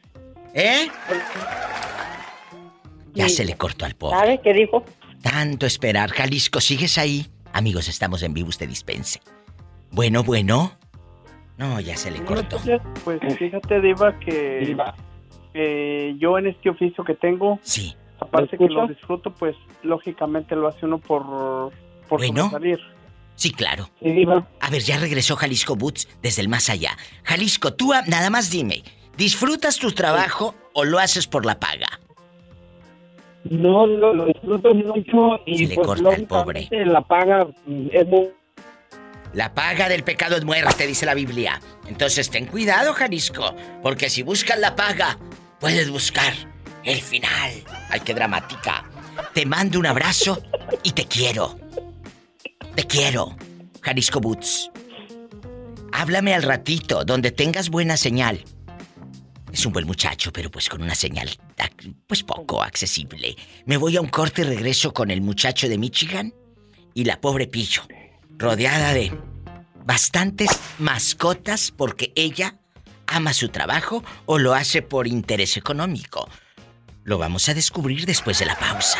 Ya se le cortó al pobre. ¿Sabe qué dijo? Tanto esperar. Jalisco, ¿sigues ahí? Amigos, estamos en vivo, usted dispense. Bueno. No, ya se le cortó. Pues fíjate, Diva, que yo en este oficio que tengo, sí, aparte que lo disfruto, pues lógicamente lo hace uno por salir. Sí, claro. Sí, Diva. A ver, ya regresó Jalisco Boots desde el más allá. Jalisco, tú nada más dime, ¿disfrutas tu trabajo o lo haces por la paga? No, lo disfruto mucho y se le pues corta al pobre. La paga es muy... La paga del pecado es muerte, dice la Biblia. Entonces ten cuidado, Jalisco, porque si buscas la paga, puedes buscar el final. Ay, qué dramática. Te mando un abrazo y te quiero. Te quiero, Jalisco Boots. Háblame al ratito, donde tengas buena señal. Es un buen muchacho, pero pues con una señal, pues poco accesible. Me voy a un corte y regreso con el muchacho de Michigan y la pobre Pillo, rodeada de bastantes mascotas porque ella ama su trabajo o lo hace por interés económico. Lo vamos a descubrir después de la pausa.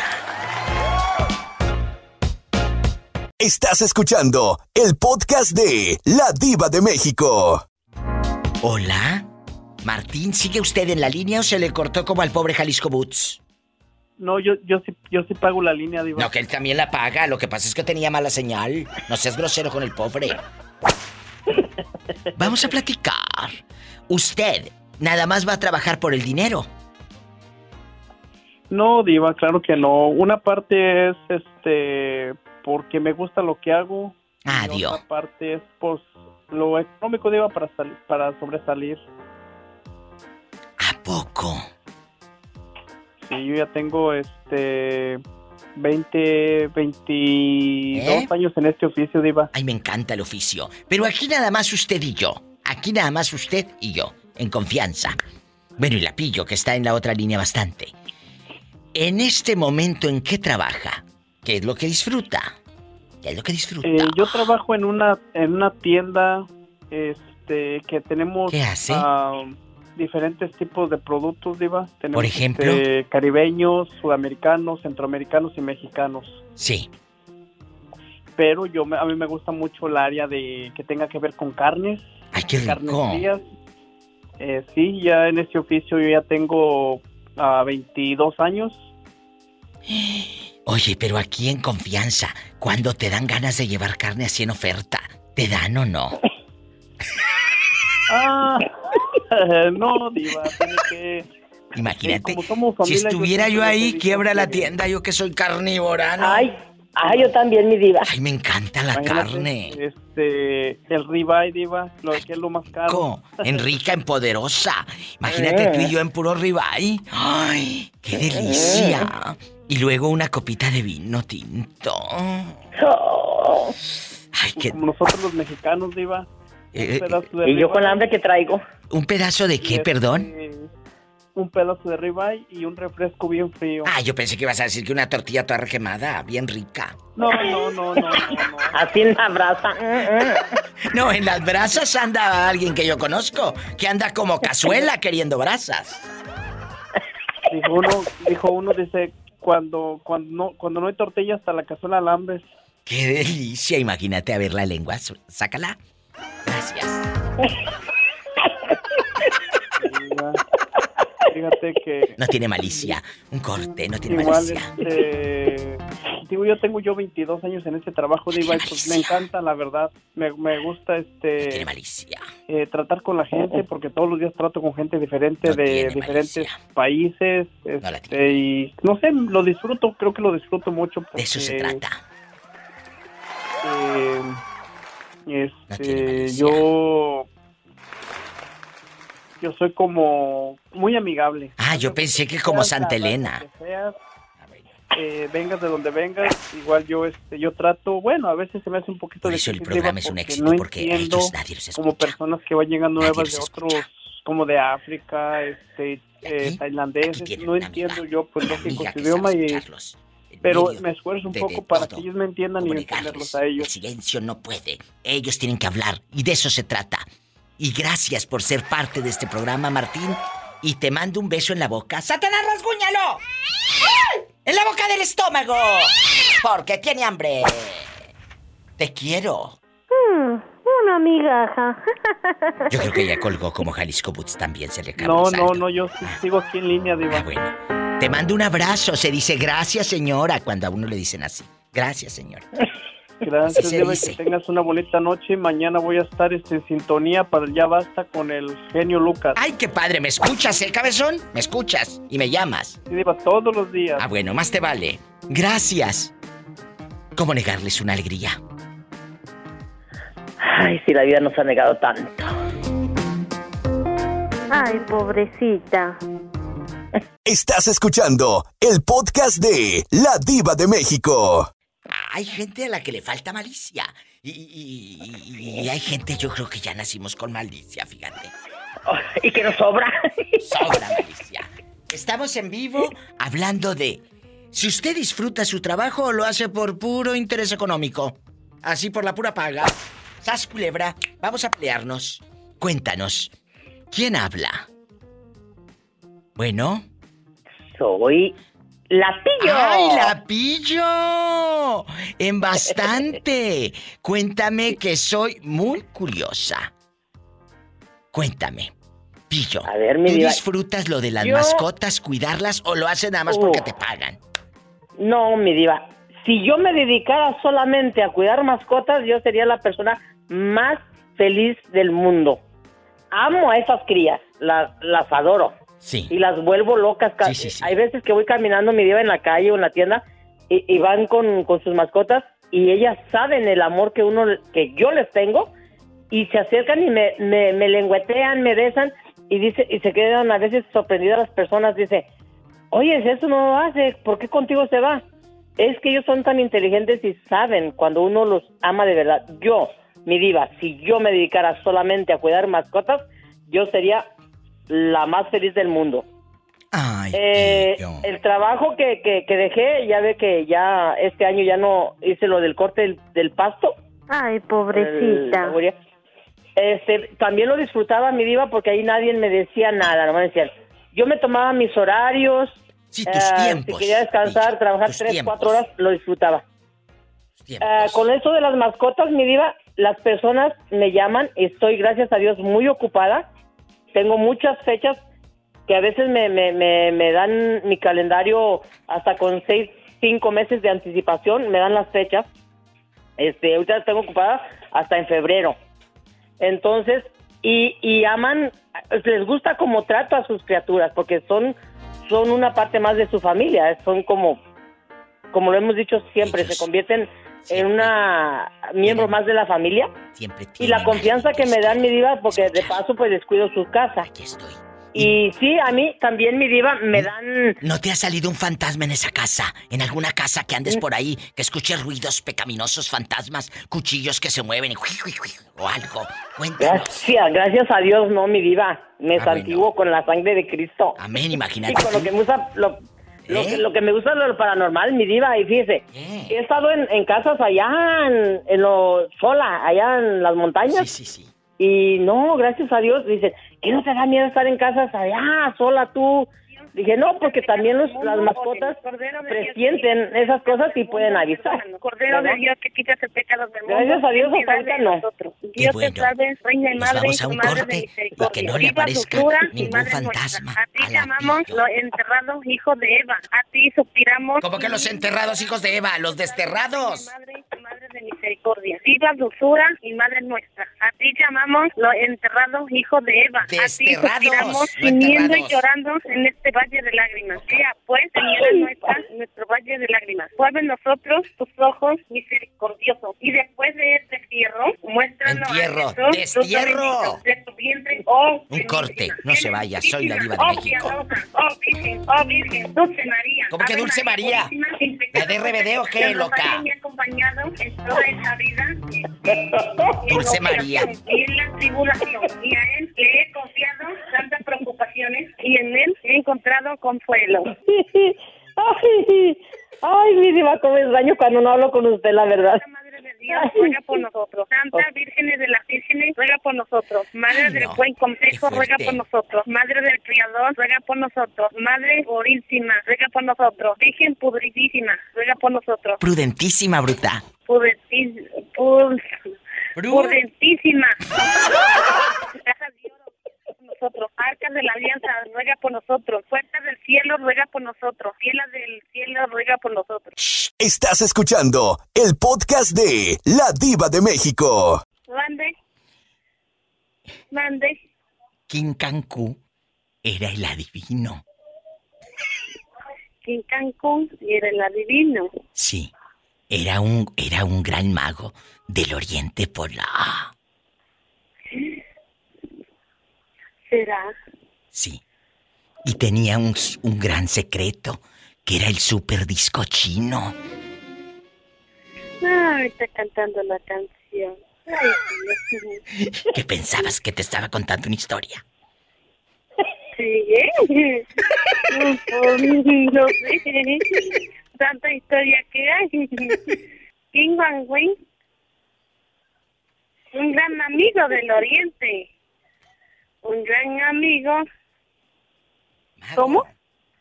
Estás escuchando el podcast de La Diva de México. Hola, Martín, ¿sigue usted en la línea o se le cortó como al pobre Jalisco Boots? No, yo sí pago la línea, Diva. No, que él también la paga. Lo que pasa es que tenía mala señal. No seas grosero con el pobre. Vamos a platicar. ¿Usted nada más va a trabajar por el dinero? No, Diva, claro que no. Una parte es porque me gusta lo que hago. Adiós. Otra parte es pues lo económico, Diva, para sobresalir. ¿A poco? Sí, yo ya tengo 22 años en este oficio, Diva. Ay, me encanta el oficio. Pero aquí nada más usted y yo. Aquí nada más usted y yo, en confianza. Bueno, y la Pillo, que está en la otra línea bastante. En este momento, ¿en qué trabaja? ¿Qué es lo que disfruta? ¿Qué es lo que disfruta? Yo trabajo en una tienda que tenemos... ¿Qué hace? Diferentes tipos de productos, Diva. Tenemos, por ejemplo, caribeños, sudamericanos, centroamericanos y mexicanos. Sí. Pero a mí me gusta mucho el área que tenga que ver con carnes. ¡Ay, qué rico! Carnes frías. Sí, ya en ese oficio yo ya tengo 22 años. Oye, pero aquí en confianza, cuando te dan ganas de llevar carne así en oferta, ¿te dan o no? No, Diva, tiene que... Imagínate, si estuviera yo ahí, quiebra la tienda, yo que soy carnívora, ¿no? Ay, yo también, mi Diva. Ay, me encanta la carne. El ribeye, Diva, lo que es lo más caro. En rica, en poderosa. Imagínate tú y yo en puro ribeye. Ay, qué delicia. Y luego una copita de vino tinto. Ay, qué... Como nosotros los mexicanos, Diva. Y yo con la hambre que traigo. ¿Un pedazo de qué, perdón? Un pedazo de ribeye y un refresco bien frío. Ah, yo pensé que ibas a decir que una tortilla toda requemada, bien rica. No. Así en la brasa. No, en las brasas anda alguien que yo conozco, que anda como cazuela queriendo brasas. Dijo uno, dice, cuando no hay tortilla hasta la cazuela alambres. ¡Qué delicia! Imagínate, a ver la lengua, sácala. Gracias. Fíjate que... No tiene malicia. Un corte, no tiene malicia. Yo tengo 22 años en este trabajo, Diva, y pues me encanta, la verdad. Me gusta No tiene malicia. Tratar con la gente, porque todos los días trato con gente diferente de diferentes países. Y no sé, lo disfruto, creo que lo disfruto mucho. Porque, de eso se trata. Yo soy como muy amigable. Yo pensé que como Santa Elena. Vengas de donde vengas, igual yo trato, bueno, a veces se me hace un poquito de... Por eso el programa es un éxito, porque a ellos nadie los escucha. Como personas que van llegando nuevas de otros, como de África, tailandeses, no entiendo yo, pues lógico, su idioma y pero me esfuerzo un poco para que ellos me entiendan y entenderlos a ellos. El silencio no puede. Ellos tienen que hablar y de eso se trata. Y gracias por ser parte de este programa, Martín. Y te mando un beso en la boca. ¡Satanás, rasguñalo! ¡En la boca del estómago! Porque tiene hambre. Te quiero. Una migaja. Yo creo que ella colgó como Jalisco Boots también se le acabó. No, yo sigo aquí en línea, Diva. Bueno. Te mando un abrazo. Se dice gracias, señora, cuando a uno le dicen así. Gracias, señora. Gracias, Diva, que tengas una bonita noche. Mañana voy a estar en sintonía para Ya Basta con el genio Lucas. ¡Ay, qué padre! ¿Me escuchas, cabezón? ¿Me escuchas? Y me llamas. Sí, Diva, todos los días. Ah, bueno, más te vale. Gracias. ¿Cómo negarles una alegría? Ay, si la vida nos ha negado tanto. Ay, pobrecita. Estás escuchando el podcast de La Diva de México. Hay gente a la que le falta malicia. Y hay gente, yo creo que ya nacimos con malicia, fíjate. Y que nos sobra. Sobra malicia. Estamos en vivo hablando de si usted disfruta su trabajo o lo hace por puro interés económico. Así por la pura paga. ¡Sas, culebra! Vamos a pelearnos. Cuéntanos, ¿quién habla? Bueno. Soy La Pillo. ¡Ay, La Pillo! En bastante. Cuéntame que soy muy curiosa. Cuéntame, Pillo. A ver, ¿tú disfrutas lo de las mascotas, cuidarlas o lo haces nada más porque te pagan? No, mi diva. Si yo me dedicara solamente a cuidar mascotas, yo sería la persona más feliz del mundo. Amo a esas crías, las adoro. Sí. Y las vuelvo locas. Sí. Hay veces que voy caminando, mi diva, en la calle o en la tienda y van con sus mascotas y ellas saben el amor que yo les tengo y se acercan y me lengüetean, me besan y se quedan a veces sorprendidas las personas. Dice, oye, eso no lo hace, ¿por qué contigo se va? Es que ellos son tan inteligentes y saben cuando uno los ama de verdad. Yo, mi diva, si yo me dedicara solamente a cuidar mascotas, yo sería la más feliz del mundo. Ay, el trabajo que dejé, ya ve que ya este año ya no hice lo del corte del pasto. Ay, pobrecita. También lo disfrutaba, mi diva, porque ahí nadie me decía nada. No me decían, yo me tomaba mis horarios. Sí, tus tiempos. Si quería descansar, trabajar 3-4 horas, lo disfrutaba. Con eso de las mascotas, mi diva, las personas me llaman. Estoy, gracias a Dios, muy ocupada. Tengo muchas fechas que a veces me dan mi calendario hasta con 6-5 meses de anticipación. Me dan las fechas. Ahorita las tengo ocupadas hasta en febrero. Entonces, y aman, les gusta como trato a sus criaturas, porque son una parte más de su familia, son como lo hemos dicho siempre, ellos se convierten en una miembro más de la familia. Siempre. Y la confianza que me dan, mi diva, porque de paso pues descuido su casa. Aquí estoy. Y sí, a mí también, mi diva, me dan... ¿No te ha salido un fantasma en esa casa? ¿En alguna casa que andes por ahí, que escuches ruidos pecaminosos, fantasmas, cuchillos que se mueven o algo? Cuéntanos. Gracias a Dios, no, mi diva. Me santiguo con la sangre de Cristo. Amén, imagínate. Y con lo que me gusta... Lo que me gusta es lo paranormal, mi diva, y fíjese, he estado en casas allá sola, allá en las montañas. Sí. Y no, gracias a Dios, dicen, ¿qué no te da miedo estar en casas allá, sola tú? Dije, no, porque también las mascotas presienten esas cosas y pueden avisar. Cordero de Dios que quitas el pecado del mundo. Gracias a Dios, ahorita no. Dios te salve, reina y madre, vamos a un madre corte de misericordia. y que no le aparezca ningún fantasma. A ti llamamos los enterrados hijos de Eva. A ti suspiramos. ¿Cómo que los enterrados hijos de Eva? ¡Los desterrados! Madre de misericordia. Viva dulzura y madre nuestra. A ti llamamos los enterrados hijos de Eva. Desterrados, a ti suspiramos, gimiendo y llorando en este valle de lágrimas. Sea pues, Señora nuestra, nuestro valle de lágrimas. Vuelve en nosotros tus ojos misericordiosos. Y después de este entierro, muéstranos destierro. De tu vientre, oh, un corte, no se vaya, soy la diva de México. Oh Virgen, Dulce María. ¿Cómo que Dulce María? ¿La de RBD o qué, loca? Me ha acompañado en toda esta vida. Dulce María. Y en la tribulación. Y a él le he confiado tantas preocupaciones y en él he encontrado consuelo. Ay, mi diva, cómo extraño cuando no hablo con usted, la verdad. Madre de Dios, ruega por nosotros. Santa Virgen de las Vírgenes, ruega por nosotros. Madre del Buen Consejo, ruega por nosotros. Madre del Criador, ruega por nosotros. Madre Purísima, ruega por nosotros. Virgen Pudritísima, ruega por nosotros. Prudentísima, bruta. Prudentísima. Cajas de oro, nosotros. Arcas de la Alianza, ruega por nosotros. Puertas del cielo, ruega por nosotros. Fielas del cielo, ruega por nosotros. Estás escuchando el podcast de La Diva de México. Mande. King Cancún era el adivino. King Cancún era el adivino. Sí, era un gran mago del Oriente Polar. ¿Será? Sí. Y tenía un gran secreto, que era el super disco chino. Ay, está cantando la canción. Ay, Dios. ¿Qué pensabas? ¿Que te estaba contando una historia? Sí, no sé. Tanta historia que hay. King Cancún, un gran amigo del Oriente. Un gran amigo. ¿Cómo?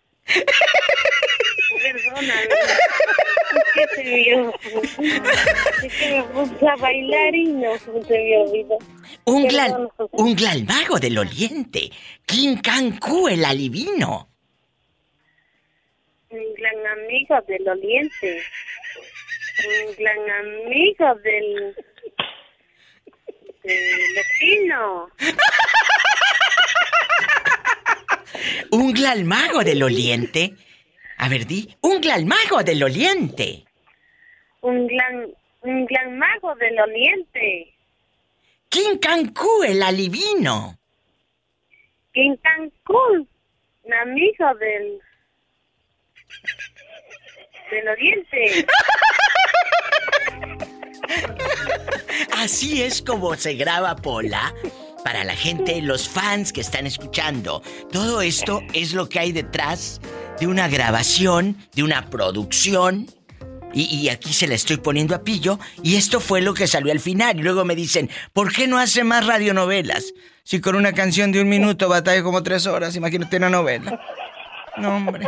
Perdona, es que se vio. Es que me puse a bailar y no se me olvidó. Un gran mago del Oriente. King Cancún, el adivino. Un gran amigo del Oriente. Un gran amigo del vecino. Un gran mago del Oriente. A ver, di. Un gran mago del Oriente. Un gran mago del Oriente. King Cancún, el adivino. King Cancún, un amigo del Oriente. Así es como se graba, Pola. Para la gente, los fans que están escuchando, todo esto es lo que hay detrás de una grabación, de una producción. Y aquí se la estoy poniendo a pillo. Y esto fue lo que salió al final. Y luego me dicen, ¿por qué no hace más radionovelas? Si con una canción de 1 minuto batalla como 3 horas, imagínate una novela. No, hombre.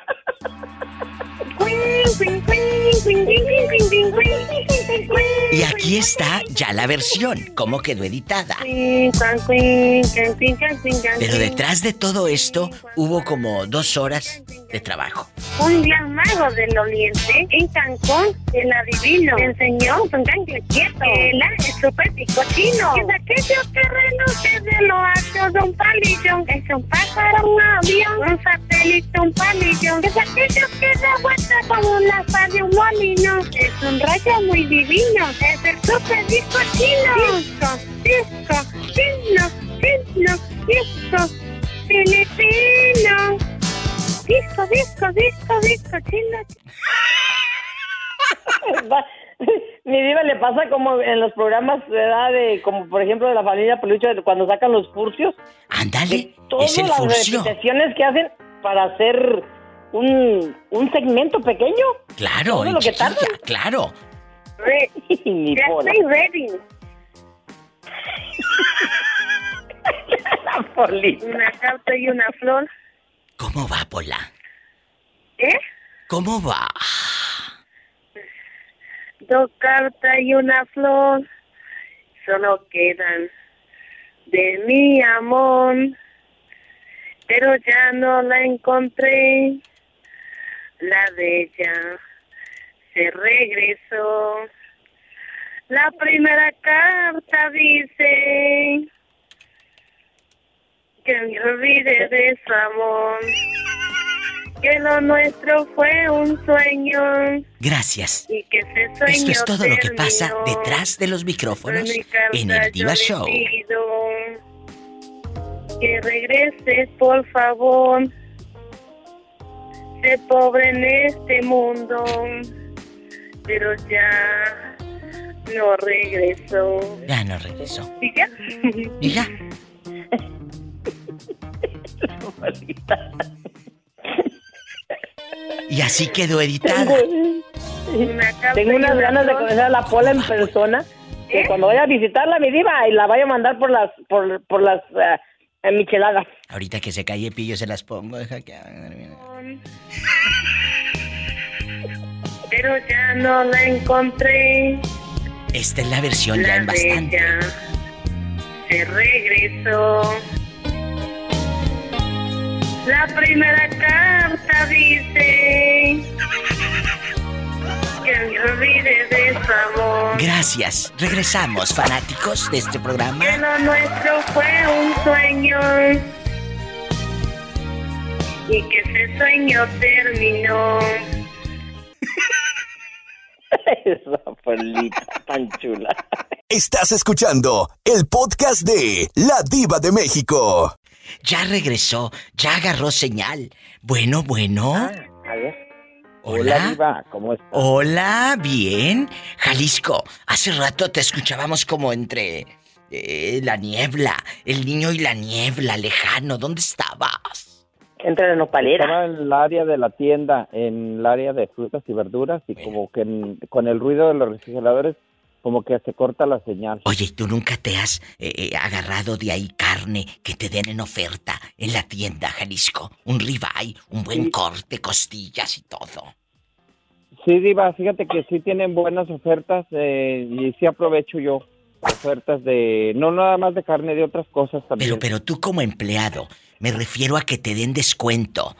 Y aquí está ya la versión, cómo quedó editada. Pero detrás de todo esto hubo como 2 horas de trabajo. Un gran mago del Oriente en Cancún, el adivino, me enseñó un gangle quieto. El es súper picotino. Es aquello que reluce de lo alto de un palillo. Es un pájaro, un avión, un satélite, un palillo. Es aquello que da vuelta como la faz de un molino. Es un rayo muy divino. Es el súper disco chino. Disco filipino. Disco chino. Mi diva, le pasa como en los programas, ¿verdad? Como por ejemplo de la familia Peluche, cuando sacan los furcios. Ándale, es el furcio. Todas las repeticiones que hacen para hacer un segmento pequeño. Claro, todo lo que tarda. Claro. Ya estoy ready. La Polita. Una carta y una flor. ¿Cómo va, Pola? ¿Cómo va? 2 cartas y una flor solo quedan de mi amor, pero ya no la encontré. La de ella se regresó. La primera carta dice que me olvide de su amor, que lo nuestro fue un sueño. Gracias. Y que ese sueño esto es todo lo que terminó. pasa detrás de los micrófonos en el Diva Show. Que regreses, por favor. Sé pobre en este mundo, pero ya no regresó. Ya no regresó. ¿Diga? ¿Diga? Y así quedó editada. Tengo unas ganas de conocer a la Pola en persona. Que cuando vaya a visitarla, mi diva, y la vaya a mandar por las micheladas. Ahorita que se calle Pillo se las pongo. Deja que... Pero ya no la encontré. Esta es la versión ya en bastante. Se regresó. La primera carta dice que me olvide de su amor. Gracias. Regresamos, fanáticos de este programa. Que lo nuestro fue un sueño y que ese sueño terminó. Esa Polita tan chula. Estás escuchando el podcast de La Diva de México. Ya regresó, ya agarró señal. Bueno. A ver. Hola, Diva, ¿cómo estás? Hola, bien. Jalisco, hace rato te escuchábamos como entre la niebla, el niño y la niebla, lejano. ¿Dónde estabas? Entre la nopalera. Estaba en el área de la tienda, en el área de frutas y verduras, y como que con el ruido de los refrigeradores, como que se corta la señal. Oye, ¿tú nunca te has agarrado de ahí carne que te den en oferta en la tienda, Jalisco? Un ribeye, un buen corte, costillas y todo. Sí, Diva, fíjate que sí tienen buenas ofertas y sí aprovecho yo ofertas de... No nada más de carne, de otras cosas también. Pero tú como empleado, me refiero a que te den descuento.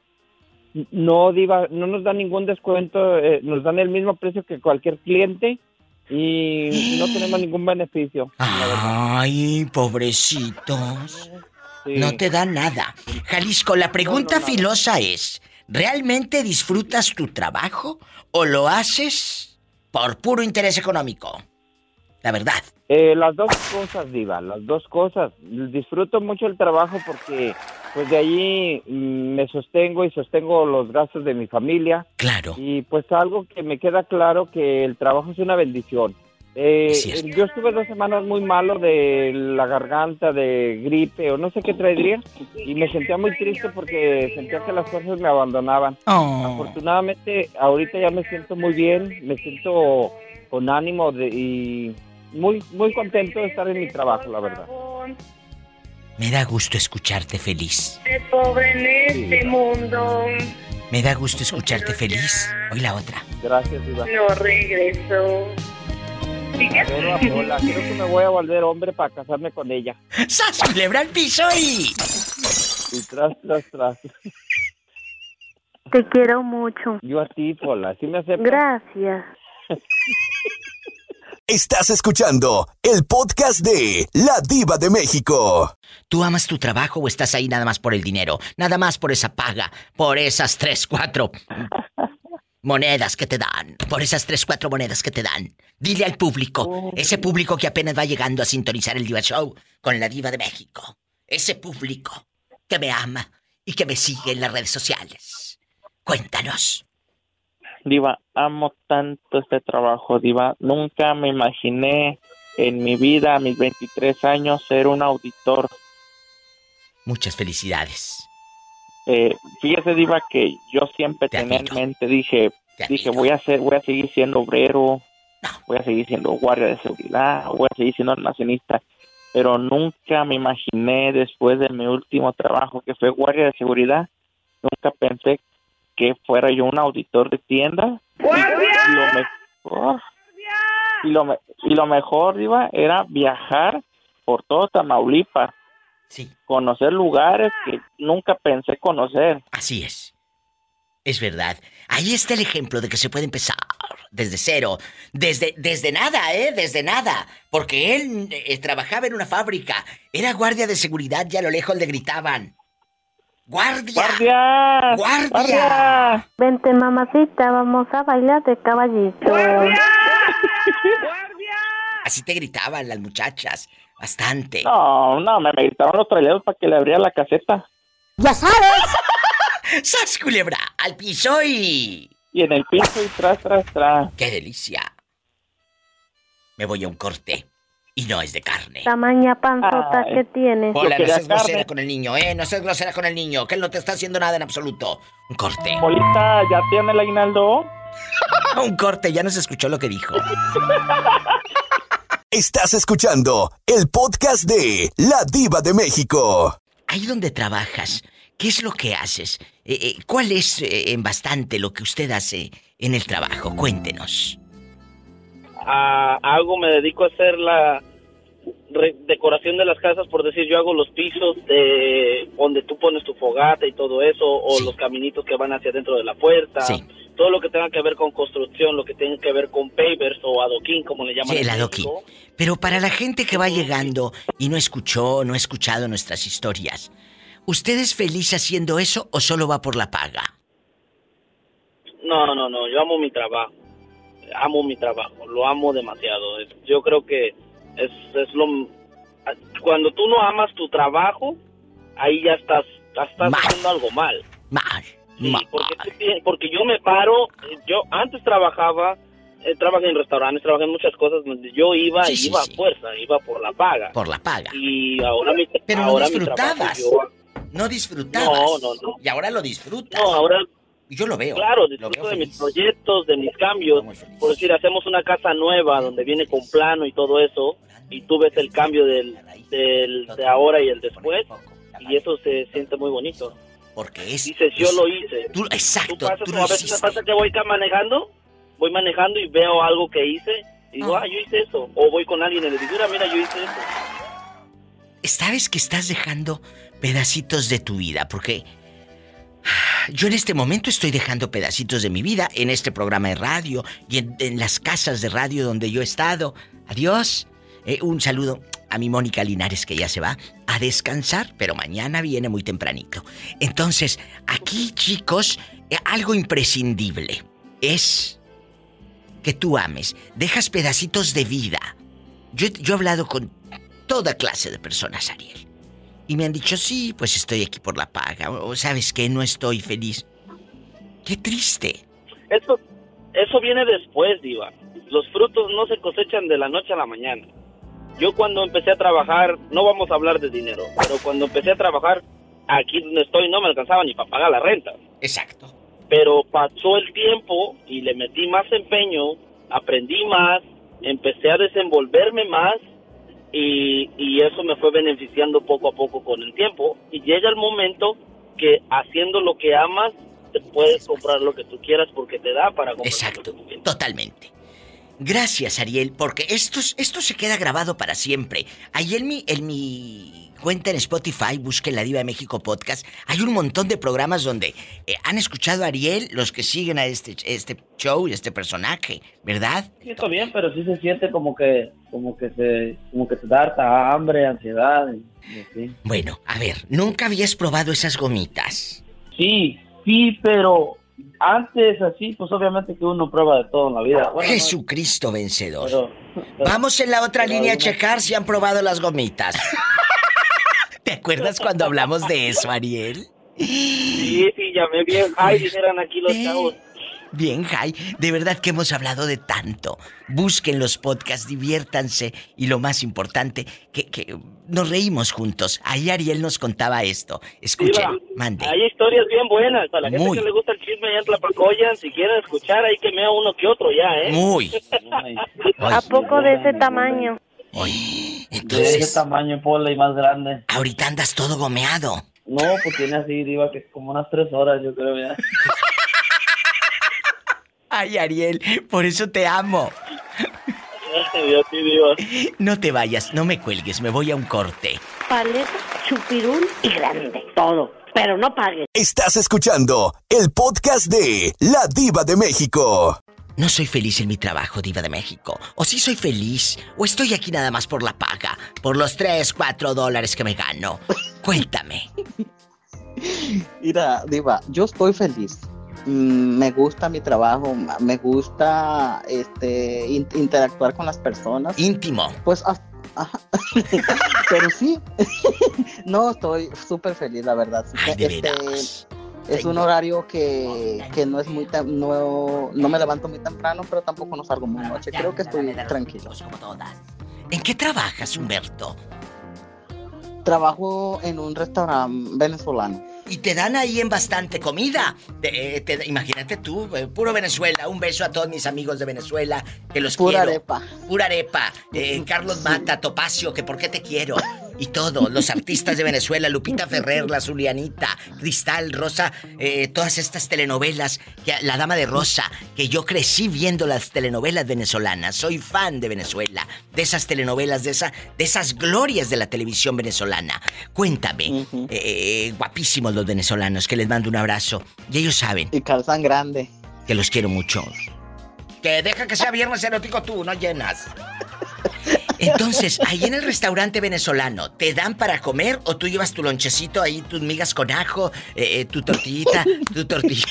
No, Diva, no nos dan ningún descuento, nos dan el mismo precio que cualquier cliente y no tenemos ningún beneficio. Ay, pobrecitos. Sí. No te dan nada. Jalisco, la pregunta filosa es, ¿realmente disfrutas tu trabajo o lo haces por puro interés económico? La verdad. Las dos cosas, Diva, las dos cosas. Disfruto mucho el trabajo porque pues de allí me sostengo y sostengo los gastos de mi familia. Claro. Y pues algo que me queda claro que el trabajo es una bendición. Yo estuve 2 semanas muy malo de la garganta, de gripe o no sé qué traería y me sentía muy triste porque sentía que las fuerzas me abandonaban. Afortunadamente ahorita ya me siento muy bien, me siento con ánimo y muy contento de estar en mi trabajo, la verdad. Me da gusto escucharte feliz. De pobre en este mundo. Me da gusto escucharte feliz. Hoy la otra. Gracias, Diva. No regreso. Adoro a Pola. Creo que me voy a volver hombre para casarme con ella. ¡Sas, culebra al piso y tras! Te quiero mucho. Yo a ti, Pola. ¿Sí me aceptas? Gracias. Estás escuchando el podcast de La Diva de México. ¿Tú amas tu trabajo o estás ahí nada más por el dinero? Nada más por esa paga, por esas 3, 4 monedas que te dan. Por esas 3, 4 monedas que te dan. Dile al público, ese público que apenas va llegando a sintonizar el Diva Show con La Diva de México. Ese público que me ama y que me sigue en las redes sociales. Cuéntanos. Diva, amo tanto este trabajo, Diva. Nunca me imaginé en mi vida, a mis 23 años, ser un auditor. Muchas felicidades. Fíjese, Diva, que yo siempre tenía en mente, dije, voy a seguir siendo obrero, voy a seguir siendo guardia de seguridad, voy a seguir siendo almacenista, pero nunca me imaginé después de mi último trabajo, que fue guardia de seguridad, nunca pensé que fuera yo un auditor de tienda. Y lo mejor, Diva, era viajar por todo Tamaulipas. Sí. Conocer lugares que nunca pensé conocer. Así es. Es verdad. Ahí está el ejemplo de que se puede empezar desde cero. Desde nada, desde nada. Porque él trabajaba en una fábrica. Era guardia de seguridad y a lo lejos le gritaban: ¡Guardia! ¡Guardia! ¡Guardia! ¡Guardia! Vente, mamacita, vamos a bailar de caballito. ¡Guardia! Así te gritaban las muchachas. Bastante. No, me gritaban los traileros para que le abriera la caseta. ¡Ya sabes! ¡Sas, culebra! ¡Al piso y en el piso y tras! ¡Qué delicia! Me voy a un corte. y no es de carne. Tamaña panzota que tiene. Hola, no seas grosera con el niño, no seas grosera con el niño, que él no te está haciendo nada en absoluto. Un corte. Polita, ¿ya tiene el aguinaldo? Un corte, ya no se escuchó lo que dijo. Estás escuchando el podcast de La Diva de México. Ahí donde trabajas, ¿qué es lo que haces? ¿Cuál es en bastante lo que usted hace en el trabajo? Cuéntenos. Me dedico a hacer la decoración de las casas, por decir, yo hago los pisos de donde tú pones tu fogata y todo eso, o los caminitos que van hacia dentro de la puerta, todo lo que tenga que ver con construcción, lo que tenga que ver con pavers o adoquín, como le llaman. Sí, el adoquín. Pero para la gente que va llegando y no ha escuchado nuestras historias, ¿usted es feliz haciendo eso o solo va por la paga? No, yo amo mi trabajo. Lo amo demasiado. Yo creo que es lo... Cuando tú no amas tu trabajo, ahí ya estás haciendo algo mal. Sí, porque yo me paro, yo antes trabajaba en restaurantes, trabajé en muchas cosas donde yo iba a fuerza, iba por la paga. Por la paga. Y ahora Pero ahora no disfrutabas. No disfrutabas. No. Y ahora lo disfrutas. No, ahora... Yo lo veo. Claro, disfruto de mis proyectos, de mis cambios. Por decir, hacemos una casa nueva donde viene con plano y todo eso, y tú ves el cambio de ahora y el después, y eso se siente muy bonito. Porque dices, yo lo hice. Exacto. A veces pasa que voy manejando y veo algo que hice, y digo, yo hice eso. O voy con alguien y le digo, mira, yo hice eso. ¿Sabes que estás dejando pedacitos de tu vida? Porque... yo en este momento estoy dejando pedacitos de mi vida en este programa de radio y en las casas de radio donde yo he estado. Adiós. Un saludo a mi Mónica Linares, que ya se va a descansar, pero mañana viene muy tempranito. Entonces, aquí, chicos, algo imprescindible es que tú ames. Dejas pedacitos de vida. Yo he hablado con toda clase de personas, Ariel. Y me han dicho, sí, pues estoy aquí por la paga. O ¿sabes qué? No estoy feliz. ¡Qué triste! Eso viene después, Diva. Los frutos no se cosechan de la noche a la mañana. Yo cuando empecé a trabajar, no vamos a hablar de dinero, pero cuando empecé a trabajar, aquí donde estoy no me alcanzaba ni para pagar la renta. Exacto. Pero pasó el tiempo y le metí más empeño, aprendí más, empecé a desenvolverme más, y eso me fue beneficiando poco a poco con el tiempo, y llega el momento que haciendo lo que amas te puedes comprar lo que tú quieras porque te da para comprar. Exacto, lo que tú quieras. Totalmente. Gracias, Ariel, porque esto se queda grabado para siempre. Ahí en mi cuenta en Spotify, busquen La Diva de México Podcast, hay un montón de programas donde han escuchado a Ariel, los que siguen a este show, este personaje, ¿verdad? Sí, está bien, pero sí se siente como que te da harta hambre, ansiedad y así. Bueno, a ver, ¿nunca habías probado esas gomitas? Sí, pero antes así, pues obviamente que uno prueba de todo en la vida. Bueno, Jesucristo vencedor. Pero vamos en la otra línea a checar si han probado las gomitas. ¿Te acuerdas cuando hablamos de eso, Ariel? Sí, llamé bien high, dijeron aquí los chavos. Bien high, de verdad que hemos hablado de tanto. Busquen los podcasts, diviértanse y lo más importante, que nos reímos juntos. Ahí Ariel nos contaba esto. Escuchen, mande. Hay historias bien buenas, para la gente que le gusta el chisme y en Tlapacoyan, si quieren escuchar, ahí que mea uno que otro ya, ¿eh? Muy. ¿A poco de ese tamaño? Entonces, de ese tamaño, Pola, y más grande. Ahorita andas todo gomeado. No, pues tiene así, Diva, que como unas 3 horas, yo creo, ya. Ay, Ariel, por eso te amo. Yo sí, Diva. No te vayas, no me cuelgues, me voy a un corte. Paleta, chupirul y grande, todo, pero no pagues. Estás escuchando el podcast de La Diva de México. No soy feliz en mi trabajo, Diva de México. O sí soy feliz, o estoy aquí nada más por la paga, por los $3-4 que me gano. Cuéntame. Mira, Diva, yo estoy feliz. Me gusta mi trabajo, me gusta interactuar con las personas. Íntimo. Pues, pero sí, no, estoy súper feliz, la verdad. Ay, de veras. Es un horario que no es muy no me levanto muy temprano, pero tampoco no salgo muy noche. Creo que estoy tranquilo. ¿En qué trabajas, Humberto? Trabajo en un restaurante venezolano. Y te dan ahí en bastante comida. Imagínate tú, puro Venezuela. Un beso a todos mis amigos de Venezuela, que los Pura quiero. arepa. Pura arepa. Carlos Mata, Topacio, que por qué te quiero. Y todos, los artistas de Venezuela, Lupita Ferrer, la Zulianita, Cristal, Rosa, todas estas telenovelas, La Dama de Rosa, que yo crecí viendo las telenovelas venezolanas. Soy fan de Venezuela, de esas telenovelas, de esas glorias de la televisión venezolana. Cuéntame, guapísimos los venezolanos, que les mando un abrazo. Y ellos saben. Y calzan grande. Que los quiero mucho. Que deja que sea viernes erótico tú, no llenas. Entonces, ahí en el restaurante venezolano, ¿te dan para comer o tú llevas tu lonchecito ahí, tus migas con ajo, tu tortillita, tu tortilla?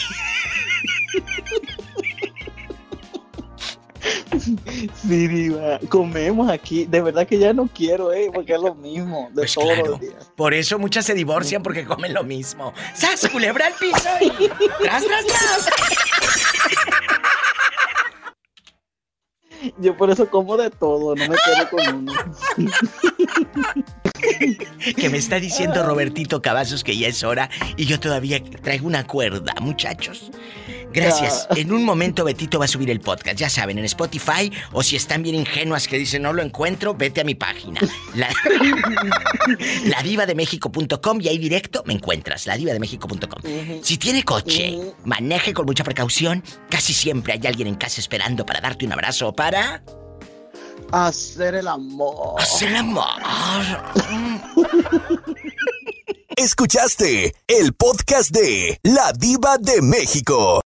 Sí, diva, comemos aquí. De verdad que ya no quiero, porque es lo mismo de pues todos claro, los días. Por eso muchas se divorcian porque comen lo mismo. ¡Sas, culebra al piso! Y ¡tras, tras, tras! Yo por eso como de todo, no me quedo con uno. Que me está diciendo Robertito Cavazos que ya es hora y yo todavía traigo una cuerda, muchachos. Gracias. En un momento Betito va a subir el podcast, ya saben, en Spotify, o si están bien ingenuas que dicen no lo encuentro, vete a mi página. Ladivademexico.com y ahí directo me encuentras, ladivademexico.com. Si tiene coche, maneje con mucha precaución. Casi siempre hay alguien en casa esperando para darte un abrazo o para... hacer el amor. Hacer el amor. Escuchaste el podcast de La Diva de México.